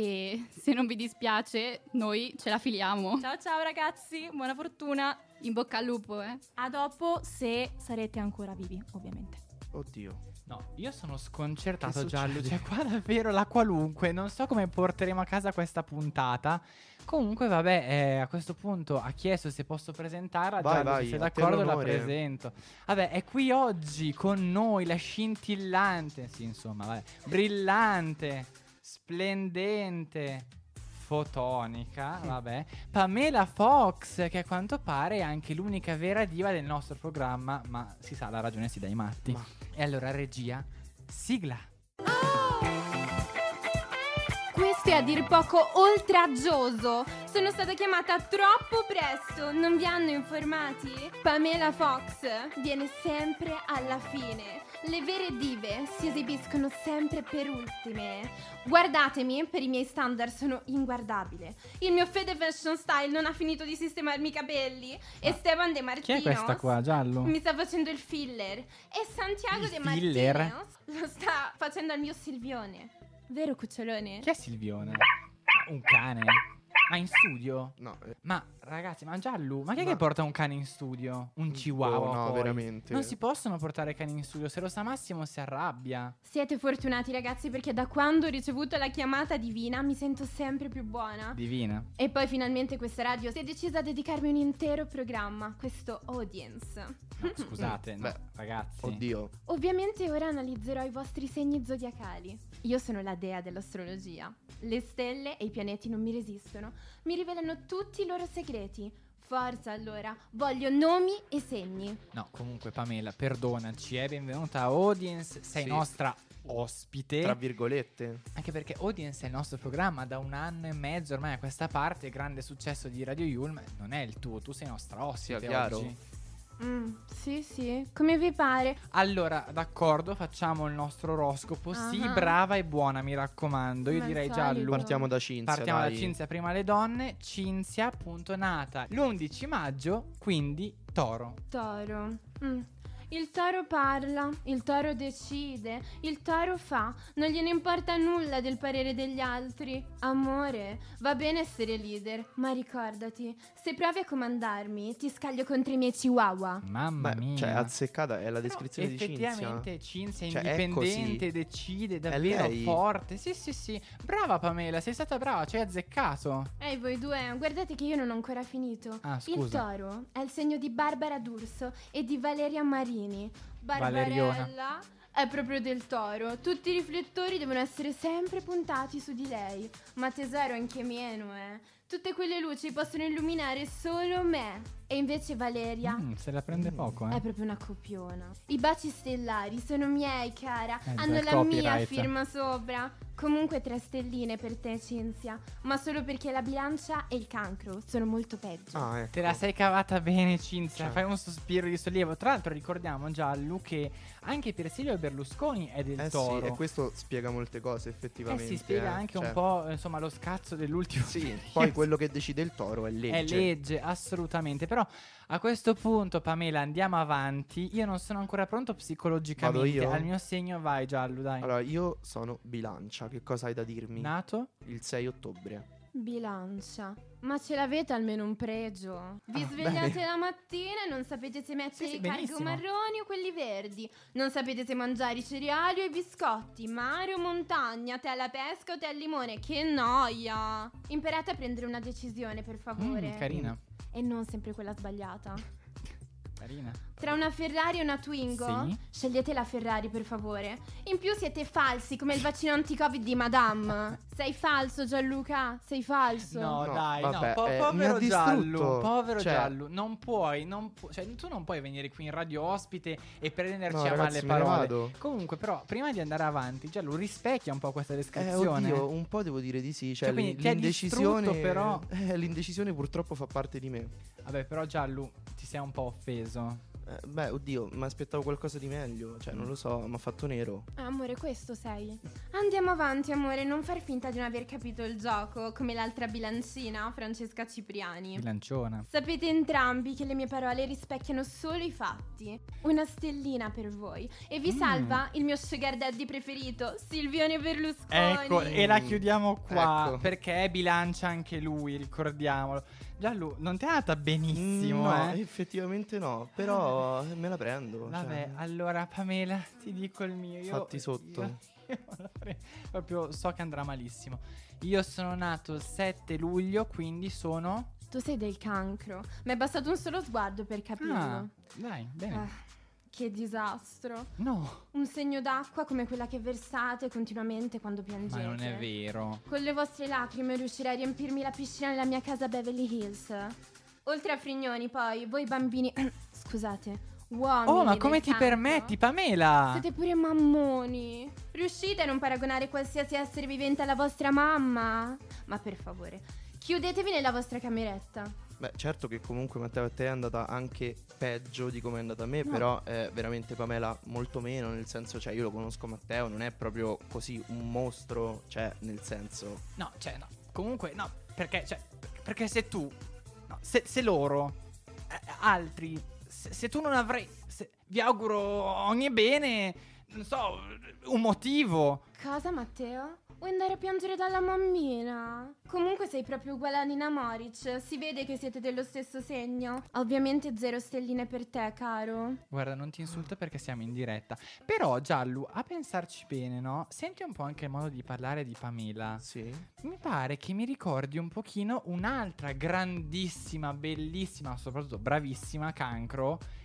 E se non vi dispiace, noi ce la filiamo. Ciao ciao ragazzi, buona fortuna. In bocca al lupo, eh. A dopo, se sarete ancora vivi, ovviamente. Oddio. No, io sono sconcertato, Che Giallo. succede? Cioè, qua davvero la qualunque. Non so come porteremo a casa questa puntata. Comunque, vabbè, eh, a questo punto ha chiesto se posso presentarla. Vai, Giallo, vai, se sei a te d'accordo la l'onore. presento. Vabbè, è qui oggi con noi la scintillante, sì, insomma, vabbè, brillante, splendente, fotonica, vabbè, Pamela Fox, che a quanto pare è anche l'unica vera diva del nostro programma, ma si sa, la ragione si dà ai matti. Ma- E allora, regia, sigla. Questo è a dir poco oltraggioso. Sono stata chiamata troppo presto. Non vi hanno informati? Pamela Fox viene sempre alla fine. Le vere dive si esibiscono sempre per ultime. Guardatemi, per i miei standard sono inguardabile. Il mio Fede Fashion Style non ha finito di sistemarmi i capelli. E Stefan De Chi Martino è questa qua, Giallo? mi sta facendo il filler. E Santiago Il De filler? Martino lo sta facendo al mio Silvione. Vero cucciolone? Chi è Silvione? Un cane? Ma in studio? No. eh, Ma ragazzi, ma Giallo, ma chi è Ma- che porta un cane in studio? Un chihuahua? oh, no, poi? veramente. Non si possono portare cani in studio, se lo sa Massimo si arrabbia. Siete fortunati ragazzi perché da quando ho ricevuto la chiamata divina mi sento sempre più buona. Divina. E poi finalmente questa radio si è decisa a dedicarmi un intero programma, questo Audience. No, scusate, no, Beh, ragazzi. Oddio. Ovviamente ora analizzerò i vostri segni zodiacali. Io sono la dea dell'astrologia. Le stelle e i pianeti non mi resistono. Mi rivelano tutti i loro segreti. Forza allora, voglio nomi e segni. No, comunque Pamela, perdonaci, è benvenuta a Audience, sei Sì. nostra ospite. Tra virgolette. Anche perché Audience è il nostro programma da un anno e mezzo ormai a questa parte, grande successo di Radio Yulm, non è il tuo, tu sei nostra ospite Sia chiaro. oggi. Mm, sì, sì, come vi pare. Allora, d'accordo, facciamo il nostro oroscopo. Sì, Ah. brava e buona, mi raccomando. Io Come al direi solito. Giallo. Partiamo da Cinzia, Partiamo dai. da Cinzia, prima le donne. Cinzia, appunto, nata l'undici maggio, quindi Toro. Toro. Mm. Il toro parla, il toro decide, il toro fa, non gliene importa nulla del parere degli altri. Amore, va bene essere leader, ma ricordati, se provi a comandarmi, ti scaglio contro i miei chihuahua. Mamma Beh, mia. cioè, azzeccata è la descrizione di Cinzia. Effettivamente Cinzia è Cioè, è indipendente, così. decide, È davvero lei. forte. Sì, sì, sì. Brava Pamela, sei stata brava, ci hai azzeccato. Ehi voi due, guardate che io non ho ancora finito. Ah, Il scusa. toro è il segno di Barbara D'Urso e di Valeria Marini. Valeriona. Barbarella è proprio del toro. Tutti i riflettori devono essere sempre puntati su di lei. Ma tesoro, anche meno, eh. Tutte quelle luci possono illuminare solo me. E invece Valeria Mm, se la prende poco, eh. è proprio una copiona. I baci stellari sono miei, cara. Eh, Hanno già, la mia copyright. firma sopra. Comunque tre stelline per te, Cinzia. Ma solo perché la bilancia e il cancro sono molto peggio. Ah, ecco. Te la sei cavata bene, Cinzia. Cioè. Fai un sospiro di sollievo. Tra l'altro, ricordiamo Giallo che anche per Silvio Berlusconi è del Eh sì, Toro. e questo spiega molte cose Eh effettivamente. si spiega eh. anche Cioè, un po', insomma, lo scazzo dell'ultimo. Sì, poi quello che decide il toro è legge. È legge, assolutamente. Però a questo punto, Pamela, andiamo avanti. Io non sono ancora pronto psicologicamente. Vado io? Al mio segno vai, Giallo, dai. Allora, io sono bilancia, che cosa hai da dirmi? Nato? Il sei ottobre. Bilancia. Ma ce l'avete almeno un pregio? Vi Ah, svegliate bene. la mattina e non sapete se mettere Sì, sì, i cargo benissimo. marroni o quelli verdi. Non sapete se mangiare i cereali o i biscotti, mare o montagna, tè alla pesca o tè al limone. Che noia! Imparate a prendere una decisione, per favore. Mm, carina. E non sempre quella sbagliata. Carina. Tra una Ferrari e una Twingo? Sì. Scegliete la Ferrari, per favore. In più siete falsi, come il vaccino anti-Covid di Madame. Sei falso, Gianluca? Sei falso? No, No, dai, vabbè, no, po- eh, mi povero ha Giallo, distrutto. povero Cioè- Giallo, non puoi, non pu- cioè tu non puoi venire qui in radio ospite e prenderci No, a male ragazzi, le me ne parole. vado. Comunque, però, prima di andare avanti, Giallo, rispecchia un po' questa Eh, descrizione. oddio, un po' devo dire di sì. Cioè, Cioè, quindi l'in- ti ha l'indecisione. distrutto, però. Eh, l'indecisione purtroppo fa parte di me. Vabbè, però Giallo, ti sei un po' offeso. Eh, beh, oddio, mi aspettavo qualcosa di meglio. Cioè, non lo so, mi ha fatto nero. Ah, amore, questo sei. Andiamo avanti, amore, non far finta di non aver capito il gioco, come l'altra bilancina, Francesca Cipriani. Bilanciona. Sapete entrambi che le mie parole rispecchiano solo i fatti. Una stellina per voi. E vi Mm. salva il mio sugar daddy preferito, Silvione Berlusconi. Ecco, e la chiudiamo qua, Ecco. perché bilancia anche lui, ricordiamolo. Giallo, non ti è andata benissimo, no, eh? effettivamente no. Però eh, me la prendo. Vabbè, cioè, allora Pamela, ti dico il mio. Io, fatti sotto. io- io la pre- proprio so che andrà malissimo. Io sono nato il sette luglio, quindi sono... Tu sei del cancro. Mi è bastato un solo sguardo per capirlo. Ah, dai, bene. Ah, che disastro. No, Un segno d'acqua come quella che versate continuamente quando piangete. ma non è vero. Con le vostre lacrime riuscirei a riempirmi la piscina nella mia casa a Beverly Hills. Oltre a Frignoni, poi, voi bambini... Scusate, uomini Oh, ma del come ti cancro, permetti, Pamela? siete pure mammoni. Riuscite a non paragonare qualsiasi essere vivente alla vostra mamma? Ma per favore, chiudetevi nella vostra cameretta. Beh, certo che comunque Matteo a te è andata anche peggio di come è andata a me, No. però è veramente Pamela molto meno, nel senso, cioè io lo conosco Matteo, non è proprio così un mostro, cioè nel senso... No, cioè, no. Comunque, no, perché, cioè, perché se tu, no, se, se loro, eh, altri, se, se tu non avrai, se- vi auguro ogni bene, non so, un motivo. Cosa, Matteo? Vuoi andare a piangere dalla mammina? Comunque sei proprio uguale a Nina Moric. Si vede che siete dello stesso segno. Ovviamente zero stelline per te, caro. Guarda, non ti insulto perché siamo in diretta. Però, Giallo, a pensarci bene, no? Senti un po' anche il modo di parlare di Pamela. Sì. Mi pare che mi ricordi un pochino un'altra grandissima, bellissima, soprattutto bravissima cancro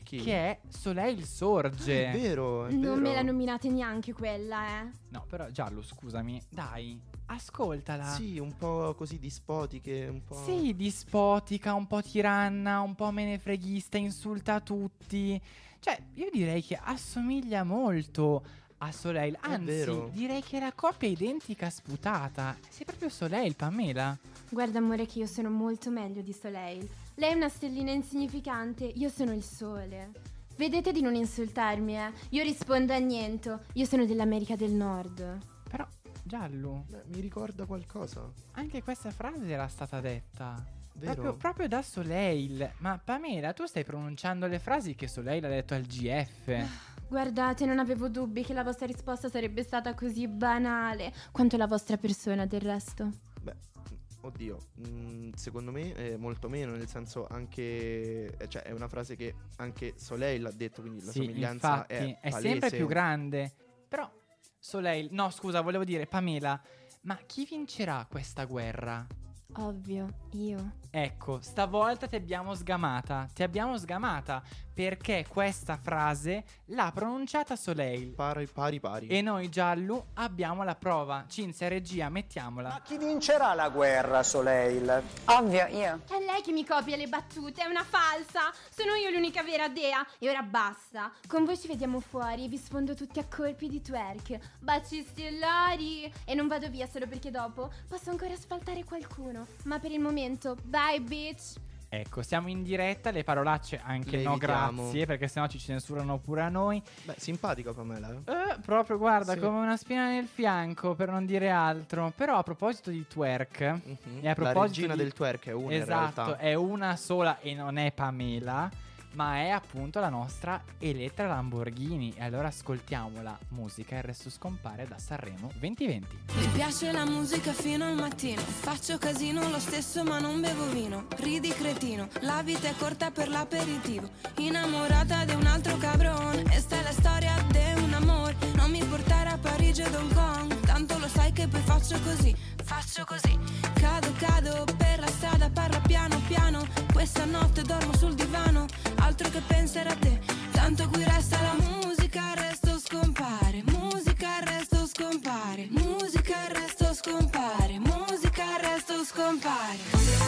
Chi? che è Soleil Sorge. È vero, è Non vero. me la nominate neanche quella, eh. No, però Giallo, scusami, dai, ascoltala. Sì, un po' così dispotiche, un po'... Sì, dispotica, un po' tiranna, un po' menefreghista, insulta tutti. Cioè, io direi che assomiglia molto a Soleil. Anzi, vero. direi che è la coppia identica sputata. Sei proprio Soleil, Pamela. Guarda amore che io sono molto meglio di Soleil. Lei è una stellina insignificante, io sono il sole. Vedete di non insultarmi, eh. Io rispondo a niente. Io sono dell'America del Nord. Però, Giallo, Beh, mi ricorda qualcosa. anche questa frase era stata detta. Vero? Proprio, proprio da Soleil. Ma Pamela, tu stai pronunciando le frasi che Soleil ha detto al G F. Guardate, non avevo dubbi che la vostra risposta sarebbe stata così banale quanto la vostra persona, del resto. Beh, oddio, mh, secondo me è molto meno, nel senso anche... eh, Cioè, è una frase che anche Soleil l'ha detto, quindi la Sì, somiglianza infatti, è è palese. sempre più grande. Però, Soleil, no, scusa, volevo dire, Pamela, ma chi vincerà questa guerra? Ovvio, io. Ecco, stavolta ti abbiamo sgamata. Ti abbiamo sgamata perché questa frase l'ha pronunciata Soleil. Pari, pari, pari. E noi, Giallo, abbiamo la prova. Cinzia, regia, mettiamola. Ma chi vincerà la guerra, Soleil? Ovvio, io. È lei che mi copia le battute, è una falsa. Sono io l'unica vera dea. E ora basta. Con voi ci vediamo fuori e vi sfondo tutti a colpi di twerk. Baci stellari. E non vado via solo perché dopo posso ancora asfaltare qualcuno. Ma per il momento, bye bitch. Ecco, siamo in diretta, le parolacce anche Le no evitiamo. grazie, perché sennò ci censurano pure a noi. Beh, simpatica Pamela. eh? Eh, proprio, guarda, Sì. come una spina nel fianco, per non dire altro. Però a proposito di twerk, Mhm. e a La proposito regina di- del twerk è una in esatto, realtà. è una sola e non è Pamela, ma è appunto la nostra Elettra Lamborghini. E allora ascoltiamo la musica e il resto scompare da Sanremo duemilaventi. Mi piace la musica fino al mattino. Faccio casino lo stesso ma non bevo vino. Ridi cretino, la vita è corta per l'aperitivo. Innamorata di un altro cabrone. E sta è la storia di un amore. Non mi portare a Parigi o Hong Kong. Tanto lo sai che poi faccio così, faccio così. Cado, cado per la strada, parla piano piano. Questa notte dormo sul divano. Altro che pensare a te. Tanto qui resta la musica, il resto scompare. Musica, il resto scompare. Musica, il resto scompare. Musica, il resto scompare.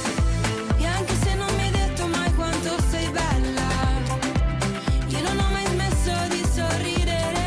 E anche se non mi hai detto mai quanto sei bella, io non ho mai smesso di sorridere.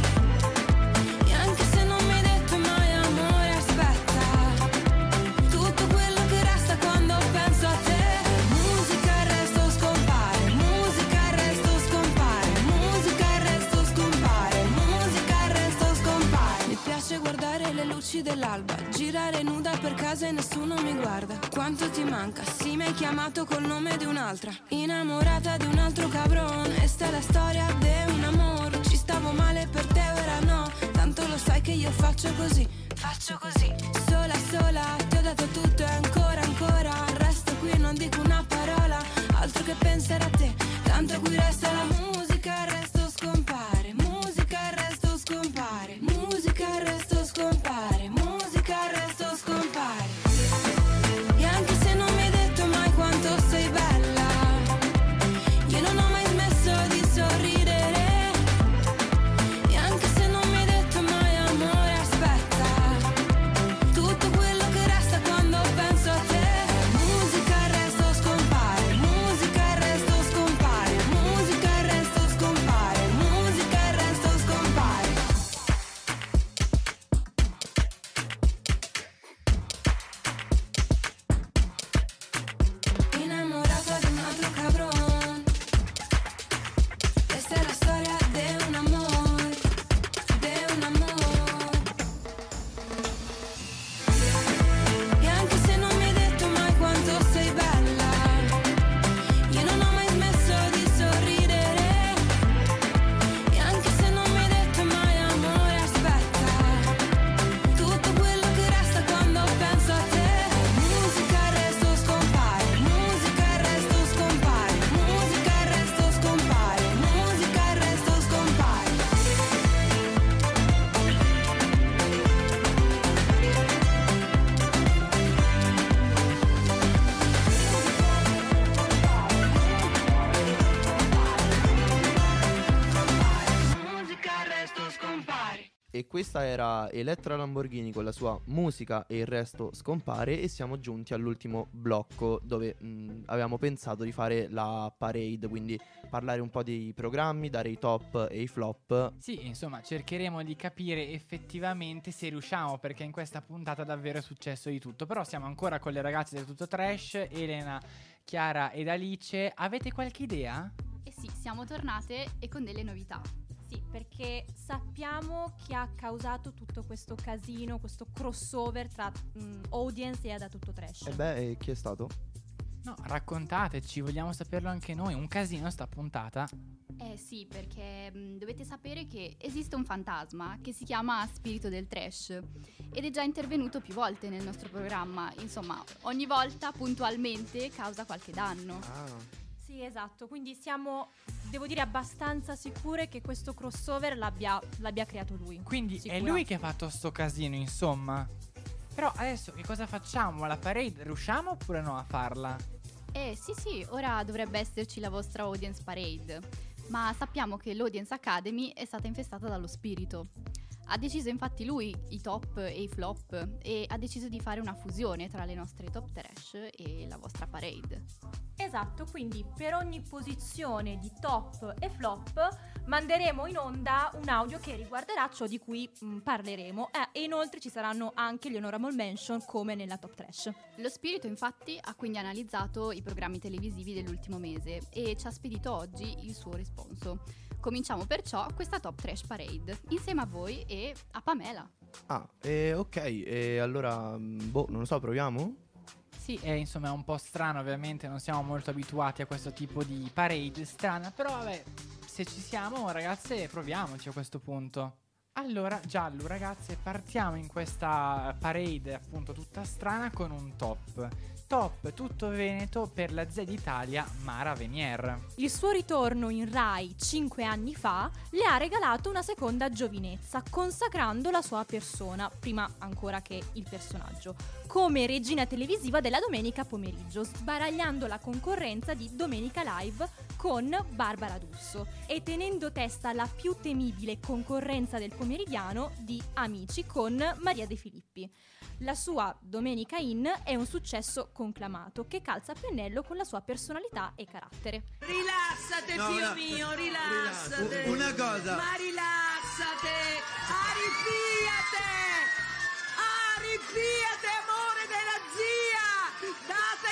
E anche se non mi hai detto mai amore, aspetta, tutto quello che resta quando penso a te. Musica, il resto scompare. Musica, il resto scompare. Musica, il resto scompare. Musica, il resto scompare. Mi piace guardare le luci dell'alba, girare nuda per casa e nessuno mi guarda. Quanto ti manca? Sì, mi hai chiamato col nome di un'altra. Innamorata di un altro cabrone. E sta è la storia di un amore. Ci stavo male per te, ora no. Tanto lo sai che io faccio così, faccio così. Sola, sola, ti ho dato tutto e ancora, ancora. Resto qui e non dico una parola. Altro che pensare a te. Tanto qui resta la musica, il resto scompare. Musica, il resto scompare. Musica, il resto scompare. Musica, il resto scompare. E anche se non mi hai detto mai quanto sei bella, io non ho mai smesso di sorridere. E anche se non mi hai detto mai amore, aspetta, e questa era Elettra Lamborghini con la sua Musica e il resto scompare, e siamo giunti all'ultimo blocco dove mh, avevamo pensato di fare la parade, quindi parlare un po' dei programmi, dare i top e i flop. Sì, insomma, cercheremo di capire effettivamente se riusciamo, perché in questa puntata davvero è successo di tutto. Però siamo ancora con le ragazze del Tutto Trash, Elena, Chiara ed Alice. Avete qualche idea? Eh sì, siamo tornate e con delle novità. Sì, perché sappiamo chi ha causato tutto questo casino, questo crossover tra mh, audience e Da Tutto Trash. E beh, e chi è stato? No, raccontateci, vogliamo saperlo anche noi. Un casino sta puntata. Eh sì, perché mh, dovete sapere che esiste un fantasma che si chiama Spirito del Trash ed è già intervenuto più volte nel nostro programma. Insomma, ogni volta puntualmente causa qualche danno. Ah. Sì, esatto, quindi siamo, devo dire, abbastanza sicure che questo crossover l'abbia, l'abbia creato lui. Quindi Sicura. è lui che ha fatto sto casino, insomma. Però adesso che cosa facciamo? La parade riusciamo oppure no a farla? Eh sì sì, ora dovrebbe esserci la vostra Audience Parade, ma sappiamo che l'Audience Academy è stata infestata dallo spirito. Ha deciso infatti lui i top e i flop e ha deciso di fare una fusione tra le nostre top trash e la vostra parade. Esatto, quindi per ogni posizione di top e flop manderemo in onda un audio che riguarderà ciò di cui mh, parleremo eh, e inoltre ci saranno anche gli honorable mention come nella top trash. Lo spirito infatti ha quindi analizzato i programmi televisivi dell'ultimo mese e ci ha spedito oggi il suo responso. Cominciamo perciò questa top trash parade insieme a voi e a Pamela. Ah, eh, ok, e allora, boh, non lo so, proviamo? Sì, è insomma è un po' strano, ovviamente non siamo molto abituati a questo tipo di parade strana, però vabbè, se ci siamo ragazze proviamoci a questo punto. Allora, Giallo, ragazze, partiamo in questa parade appunto tutta strana con un top. Top tutto Veneto per la Z Italia Mara Venier. Il suo ritorno in Rai cinque anni fa le ha regalato una seconda giovinezza, consacrando la sua persona, prima ancora che il personaggio, come regina televisiva della domenica pomeriggio, sbaragliando la concorrenza di Domenica Live con Barbara D'Urso e tenendo testa alla più temibile concorrenza del pomeridiano di Amici con Maria De Filippi. La sua Domenica In è un successo conclamato che calza a pennello con la sua personalità e carattere. Rilassate, No, Dio una- mio, rilassate. U- una cosa. Ma rilassate, arrippiate, arrippiate, amore della zia,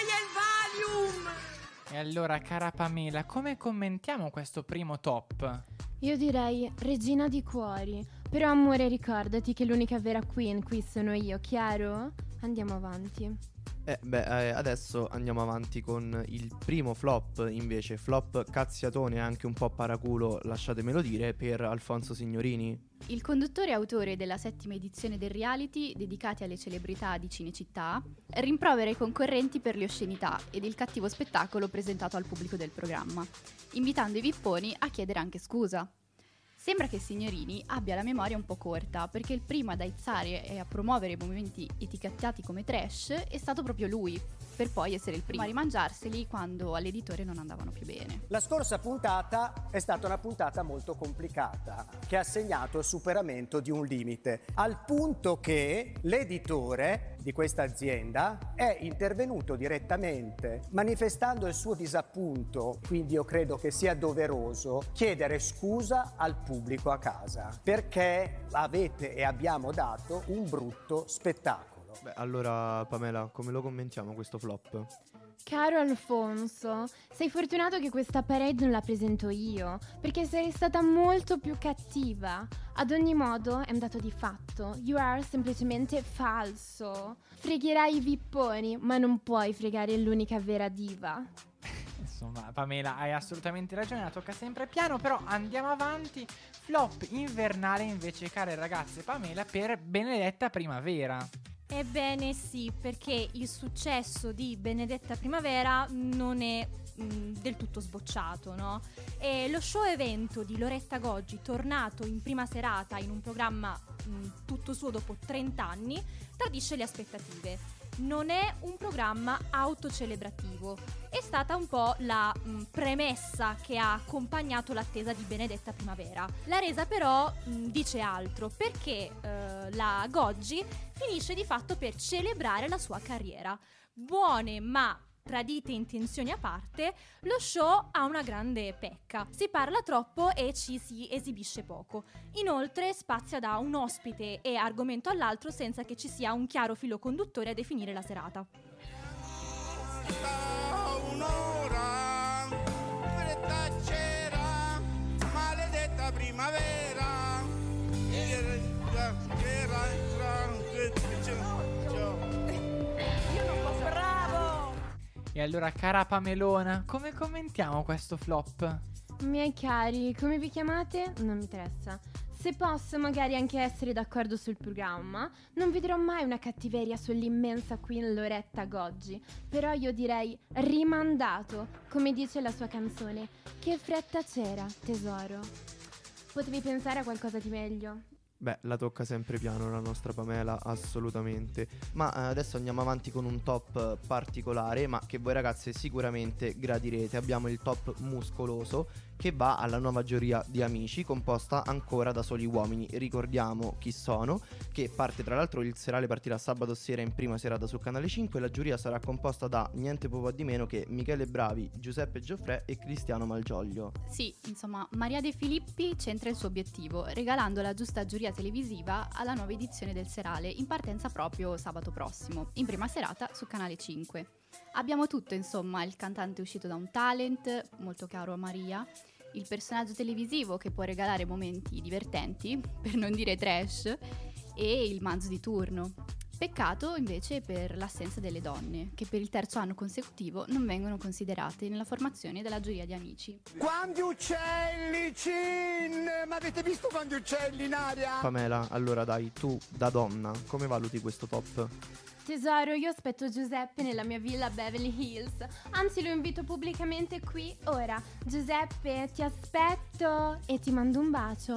dategli il Valium. E allora, cara Pamela, come commentiamo questo primo top? Io direi regina di cuori. Però amore, ricordati che l'unica vera queen qui sono io, chiaro? Andiamo avanti. Eh, beh, eh, adesso andiamo avanti con il primo flop, invece, flop cazziatone, anche un po' paraculo, lasciatemelo dire, per Alfonso Signorini. Il conduttore e autore della settima edizione del reality, dedicati alle celebrità di Cinecittà, rimprovera i concorrenti per le oscenità ed il cattivo spettacolo presentato al pubblico del programma, invitando i vipponi a chiedere anche scusa. Sembra che Signorini abbia la memoria un po' corta, perché il primo ad aizzare e a promuovere i movimenti etichettati come trash è stato proprio lui, per poi essere il primo a rimangiarseli quando all'editore non andavano più bene. La scorsa puntata è stata una puntata molto complicata, che ha segnato il superamento di un limite, al punto che l'editore di questa azienda è intervenuto direttamente manifestando il suo disappunto, quindi io credo che sia doveroso chiedere scusa al pubblico a casa, perché avete e abbiamo dato un brutto spettacolo. Beh, allora, Pamela, come lo commentiamo questo flop? Caro Alfonso, sei fortunato che questa parade non la presento io, perché sarei stata molto più cattiva. Ad ogni modo, è un dato di fatto, you are semplicemente falso. Fregherai i vipponi, ma non puoi fregare l'unica vera diva. Insomma, Pamela, hai assolutamente ragione, la tocca sempre piano, però andiamo avanti. Flop invernale invece, care ragazze, Pamela, per Benedetta Primavera. Ebbene sì, perché il successo di Benedetta Primavera non è mh, del tutto sbocciato, no? E lo show evento di Loretta Goggi, tornato in prima serata in un programma mh, tutto suo dopo trenta anni, tradisce le aspettative. non è un programma autocelebrativo. È stata un po' la mh, premessa che ha accompagnato l'attesa di Benedetta Primavera. La resa però mh, dice altro, perché eh, la Goggi finisce di fatto per celebrare la sua carriera. Buone ma tradite intenzioni a parte, lo show ha una grande pecca. Si parla troppo e ci si esibisce poco. Inoltre spazia da un ospite e argomento all'altro senza che ci sia un chiaro filo conduttore a definire la serata. Un'ora, fretta c'era, maledetta primavera. Io non posso. Bravo! E allora, cara Pamelona, come commentiamo questo flop? Miei cari, come vi chiamate? Non mi interessa. Se posso magari anche essere d'accordo sul programma, non vedrò mai una cattiveria sull'immensa Queen Loretta Goggi. Però io direi rimandato, come dice la sua canzone. Che fretta c'era, tesoro. Potevi pensare a qualcosa di meglio? Beh, la tocca sempre piano la nostra Pamela, assolutamente. Ma eh, adesso andiamo avanti con un top eh, particolare, ma che voi ragazze sicuramente gradirete. Abbiamo il top muscoloso, che va alla nuova giuria di Amici, composta ancora da soli uomini. Ricordiamo chi sono, che parte tra l'altro, il serale partirà sabato sera in prima serata su Canale cinque. La giuria sarà composta da niente po' di meno che Michele Bravi, Giuseppe Gioffrè e Cristiano Malgioglio. Sì, insomma, Maria De Filippi centra il suo obiettivo, regalando la giusta giuria televisiva alla nuova edizione del serale, in partenza proprio sabato prossimo, in prima serata su Canale cinque. Abbiamo tutto, insomma, il cantante uscito da un talent, molto caro a Maria, il personaggio televisivo che può regalare momenti divertenti, per non dire trash, e il manzo di turno. Peccato invece per l'assenza delle donne, che per il terzo anno consecutivo non vengono considerate nella formazione della giuria di Amici. Quanti uccelli, Cin! Ma avete visto quanti uccelli in aria? Pamela, allora dai, tu da donna, come valuti questo top? Tesoro, io aspetto Giuseppe nella mia villa Beverly Hills. Anzi, lo invito pubblicamente qui ora. Giuseppe, ti aspetto e ti mando un bacio.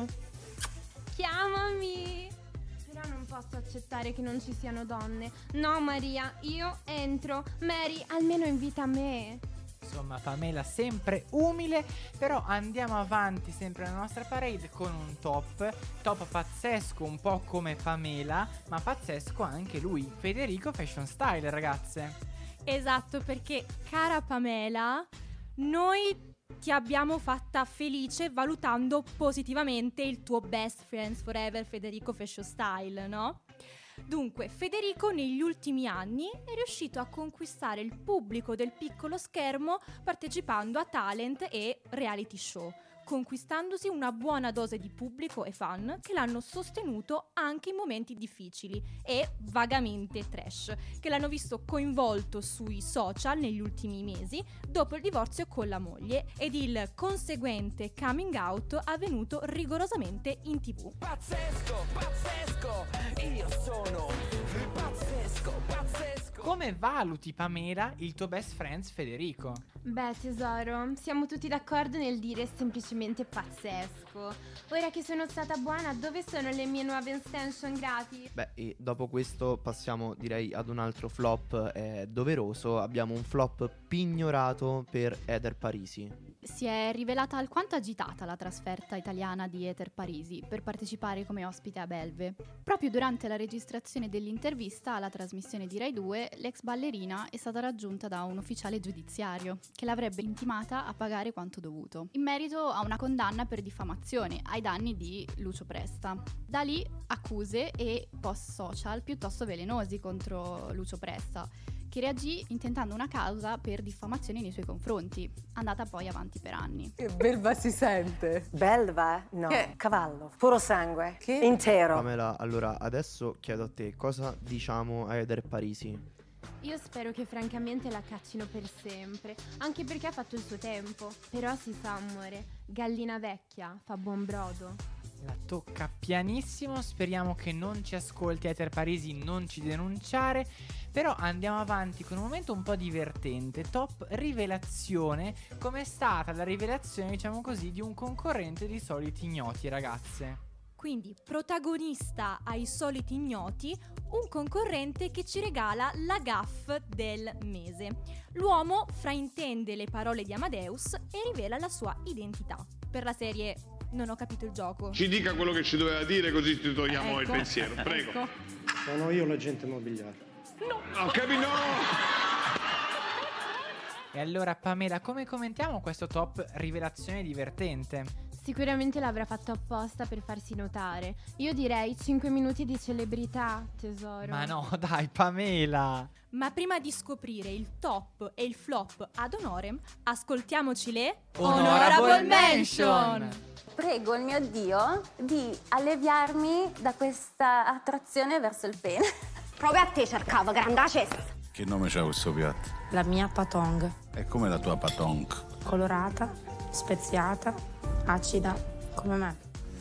Chiamami! Però non posso accettare che non ci siano donne. No, Maria, io entro. Mary, almeno invita me. Insomma, Pamela sempre umile, però andiamo avanti sempre nella nostra parade con un top, top pazzesco, un po' come Pamela, ma pazzesco anche lui, Federico Fashion Style, ragazze. Esatto, perché cara Pamela, noi ti abbiamo fatta felice valutando positivamente il tuo best friends forever Federico Fashion Style, no? Dunque, Federico negli ultimi anni è riuscito a conquistare il pubblico del piccolo schermo partecipando a talent e reality show, conquistandosi una buona dose di pubblico e fan che l'hanno sostenuto anche in momenti difficili e vagamente trash, che l'hanno visto coinvolto sui social negli ultimi mesi dopo il divorzio con la moglie ed il conseguente coming out avvenuto rigorosamente in tv. Pazzesco, pazzesco, io sono pazzesco, pazzesco. Come valuti, Pamela, il tuo best friends Federico? Beh, tesoro, siamo tutti d'accordo nel dire semplicemente pazzesco. Ora che sono stata buona, dove sono le mie nuove extension gratis? Beh, e dopo questo passiamo direi ad un altro flop eh, doveroso. Abbiamo un flop pignorato per Eder Parisi. Si è rivelata alquanto agitata la trasferta italiana di Eder Parisi per partecipare come ospite a Belve. Proprio durante la registrazione dell'intervista alla trasmissione di Rai due, l'ex ballerina è stata raggiunta da un ufficiale giudiziario che l'avrebbe intimata a pagare quanto dovuto, in merito a una condanna per diffamazione ai danni di Lucio Presta. Da lì accuse e post social piuttosto velenosi contro Lucio Presta, che reagì intentando una causa per diffamazione nei suoi confronti, andata poi avanti per anni. Che belva si sente? Belva? No, Che? cavallo, puro sangue, intero. Pamela, allora adesso chiedo a te, cosa diciamo a Eder Parisi? Io spero che francamente la caccino per sempre, anche perché ha fatto il suo tempo. Però si sa, amore, gallina vecchia fa buon brodo. La tocca pianissimo, speriamo che non ci ascolti Eder Parisi, non ci denunciare. Però andiamo avanti con un momento un po' divertente, top rivelazione, come è stata la rivelazione, diciamo così, di un concorrente di soliti ignoti, ragazze. Quindi protagonista ai soliti ignoti, un concorrente che ci regala la gaffe del mese. L'uomo fraintende le parole di Amadeus e rivela la sua identità. Per la serie non ho capito il gioco. Ci dica quello che ci doveva dire, così ci togliamo Ecco. il pensiero, prego. Ecco. Sono io l'agente immobiliare. No, ho capito, no! E allora Pamela, come commentiamo questo top rivelazione divertente? Sicuramente l'avrà fatto apposta per farsi notare. Io direi cinque minuti di celebrità, tesoro. Ma no, dai Pamela! Ma prima di scoprire il top e il flop ad honorem, ascoltiamoci le Honorable Mention! Prego il mio Dio di alleviarmi da questa attrazione verso il pene. Proprio a te cercavo, grandacessa. Che nome c'ha questo piatto? La mia patong, È come la tua patonk. colorata, speziata, acida, come me.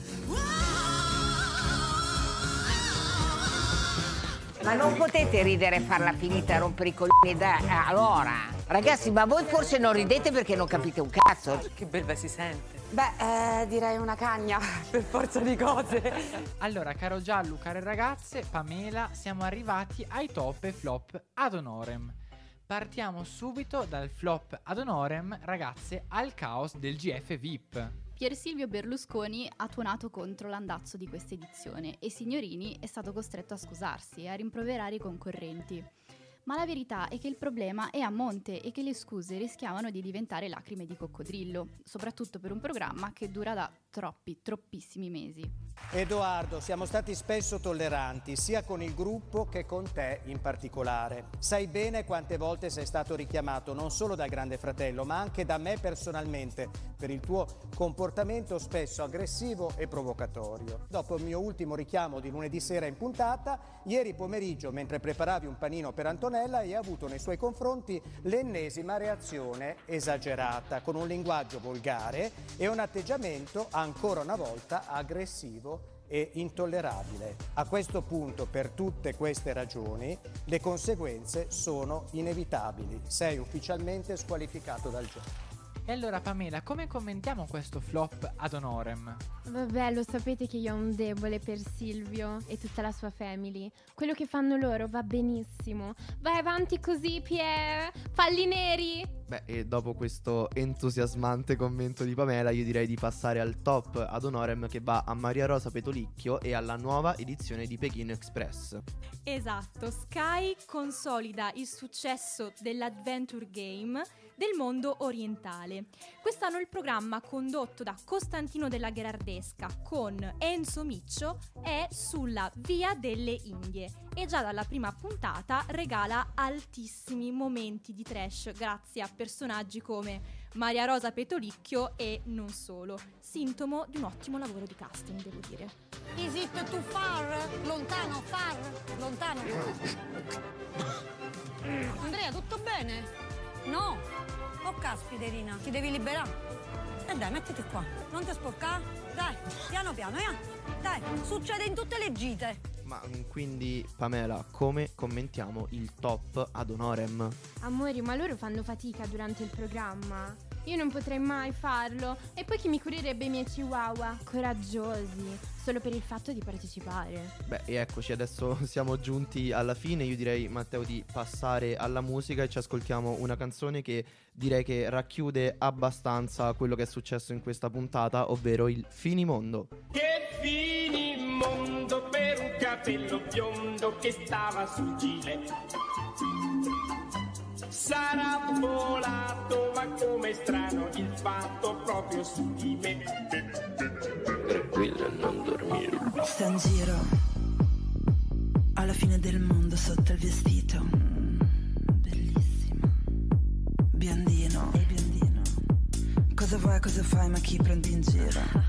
Ma non potete ridere e farla finita e rompere i coglioni da... Allora, ragazzi, ma voi forse non ridete perché non capite un cazzo. Che belva si sente. Beh, eh, direi una cagna, per forza di cose. Allora, caro Giallo, care ragazze, Pamela, siamo arrivati ai top e flop ad honorem. Partiamo subito dal flop ad honorem, ragazze, al caos del G F V I P. Pier Silvio Berlusconi ha tuonato contro l'andazzo di questa edizione e Signorini è stato costretto a scusarsi e a rimproverare i concorrenti. Ma la verità è che il problema è a monte e che le scuse rischiavano di diventare lacrime di coccodrillo, soprattutto per un programma che dura da troppi, troppissimi mesi. Edoardo, siamo stati spesso tolleranti, sia con il gruppo che con te in particolare. Sai bene quante volte sei stato richiamato non solo dal Grande Fratello, ma anche da me personalmente, per il tuo comportamento spesso aggressivo e provocatorio. Dopo il mio ultimo richiamo di lunedì sera in puntata, ieri pomeriggio, mentre preparavi un panino per Antonella, hai avuto nei suoi confronti l'ennesima reazione esagerata, con un linguaggio volgare e un atteggiamento ancora una volta aggressivo e intollerabile. A questo punto, per tutte queste ragioni, le conseguenze sono inevitabili. Sei ufficialmente squalificato dal gioco. E allora Pamela, come commentiamo questo flop ad honorem? Vabbè, lo sapete che io ho un debole per Silvio e tutta la sua family. Quello che fanno loro va benissimo. Vai avanti così, Pier. Falli neri. Beh, e dopo questo entusiasmante commento di Pamela, io direi di passare al top ad honorem, che va a Maria Rosa Petolicchio e alla nuova edizione di Pechino Express. Esatto, Sky consolida il successo dell'adventure game del mondo orientale. Quest'anno il programma, condotto da Costantino della Gherardesca con Enzo Miccio, è sulla via delle Indie e già dalla prima puntata regala altissimi momenti di trash grazie a personaggi come Maria Rosa Petolicchio e non solo, sintomo di un ottimo lavoro di casting, devo dire. Is it too far? Lontano, far? Lontano. Andrea, tutto bene? No? Oh caspiterina, ti devi liberare. E dai, mettiti qua, non ti sporcare. Dai, piano piano, eh? Dai, succede in tutte le gite. Ma quindi Pamela, come commentiamo il top ad honorem? Amori, ma loro fanno fatica durante il programma. Io non potrei mai farlo. E poi chi mi curerebbe i miei chihuahua? Coraggiosi, solo per il fatto di partecipare. Beh, e eccoci, adesso siamo giunti alla fine. Io direi, Matteo, di passare alla musica e ci ascoltiamo una canzone che direi che racchiude abbastanza quello che è successo in questa puntata, ovvero il Finimondo. Che finimondo per un capello biondo che stava sul gilet. Sarà volato, ma come strano il fatto proprio su di me. Tranquilla, non dormire. Sta in giro alla fine del mondo sotto il vestito. Bellissimo. Biondino. E biondino. Cosa vuoi, cosa fai, ma chi prendi in giro?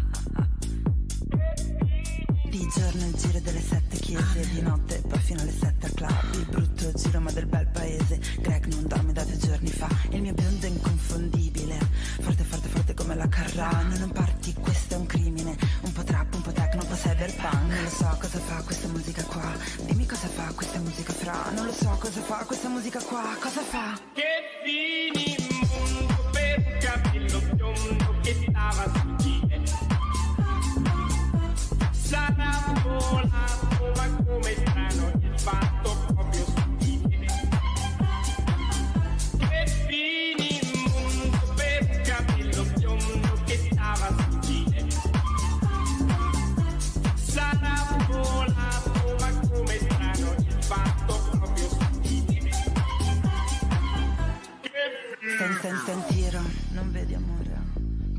Di giorno il giro delle sette chiese, di notte poi fino alle sette al club. Il brutto giro ma del bel paese. Greg non dorme da due giorni fa. Il mio biondo è inconfondibile, forte forte forte come la Carrano. Non parti, questo è un crimine. Un po' trap, un po' techno, un po' cyberpunk. Non lo so cosa fa questa musica qua. Dimmi cosa fa questa musica fra. Non lo so cosa fa questa musica qua. Cosa fa? Che finimondo per un capello biondo che stava sul gilet.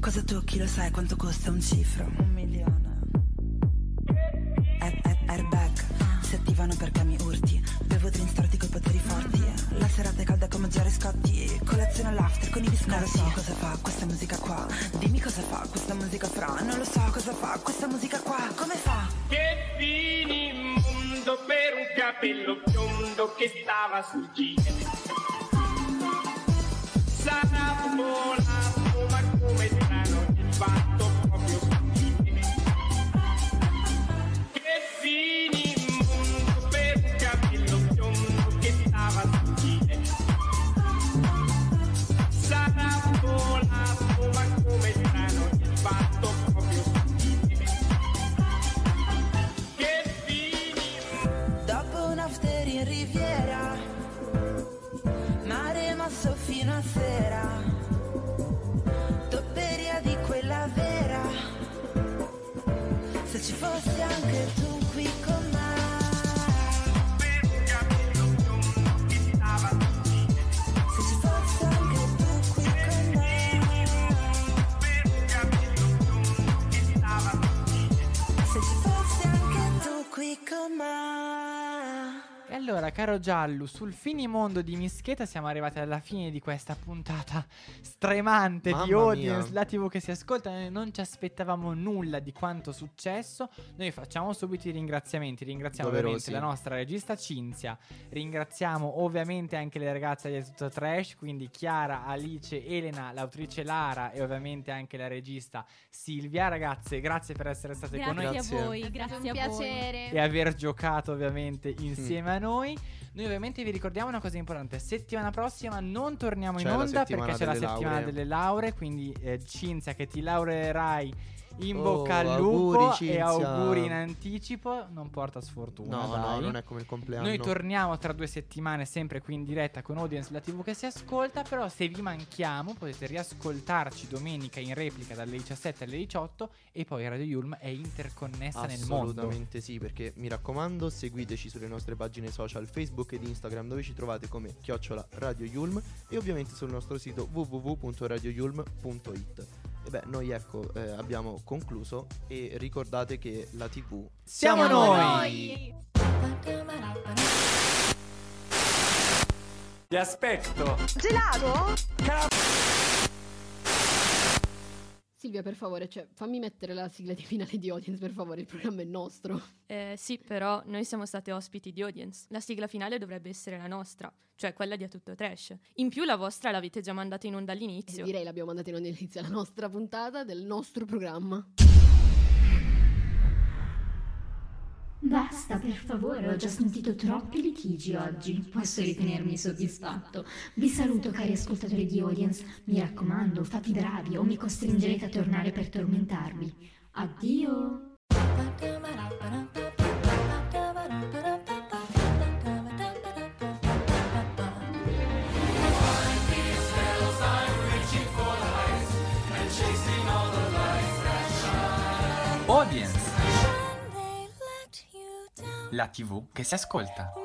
Cosa tocchi lo sai quanto costa un cifro? Un milione. Air, air, airbag si attivano perché mi urti. Bevo drink storti coi poteri forti. La serata è calda come Gerry Scotti. Colazione all'after con i biscotti. Non lo so cosa fa questa musica qua. Dimmi cosa fa questa musica fra. Non lo so cosa fa questa musica qua. Come fa? Che finimondo per un capello biondo che stava sul giro. Sarà volato ma come strano il fatto proprio sul giro. Che finimondo per un capello biondo che stava sul giro. Sarà volato ma come strano il fatto proprio sul giro. Che finimondo. Dopo un after in Riviera, mare mosso fino a sera, topperia di quella vera. Se ci fossi anche tu qui con me. Se ci fossi anche tu qui con me. Se ci fossi anche tu qui con me. E allora, caro Giallo, sul finimondo di Mischeta siamo arrivati alla fine di questa puntata stremante Mamma di audience, mia. la tivù che si ascolta. Noi non ci aspettavamo nulla di quanto successo. Noi facciamo subito i ringraziamenti. Ringraziamo Doverosi. ovviamente la nostra regista Cinzia. Ringraziamo ovviamente anche le ragazze di Tutto Trash, quindi Chiara, Alice, Elena, l'autrice Lara e ovviamente anche la regista Silvia. Ragazze, grazie per essere state con noi Grazie a voi, grazie un a piacere. e aver giocato ovviamente insieme Mm. a noi. Noi ovviamente vi ricordiamo una cosa importante: settimana prossima non torniamo in C'è la onda settimana perché c'è la delle settimana lauree. delle lauree. Quindi eh, Cinzia, che ti laureerai in Oh, bocca al auguri, lupo e Cinzia. auguri in anticipo. Non porta sfortuna, No, dai. no, non è come il compleanno. Noi torniamo tra due settimane sempre qui in diretta con Audience, la tivù che si ascolta. Però se vi manchiamo potete riascoltarci domenica in replica dalle diciassette alle diciotto. E poi Radio Yulm è interconnessa nel mondo. Assolutamente sì, perché mi raccomando, seguiteci sulle nostre pagine social Facebook ed Instagram, dove ci trovate come chiocciola Radio Yulm, e ovviamente sul nostro sito w w w punto radio yulm punto i t. E beh, noi ecco eh, abbiamo concluso, e ricordate che la tivù Siamo noi! Ti aspetto. Gelato? Silvia, per favore, cioè, fammi mettere la sigla di finale di Audience, per favore, il programma è nostro. Eh, sì, però noi siamo state ospiti di Audience. La sigla finale dovrebbe essere la nostra, cioè quella di A Tutto Trash. In più la vostra l'avete già mandata in onda all'inizio. Eh, direi l'abbiamo mandata in onda all'inizio, la nostra puntata del nostro programma. Basta, per favore, ho già sentito troppi litigi oggi. Posso ritenermi soddisfatto. Vi saluto, cari ascoltatori di Audience. Mi raccomando, fate i bravi o mi costringerete a tornare per tormentarvi. Addio! Audience, la tivù che si ascolta.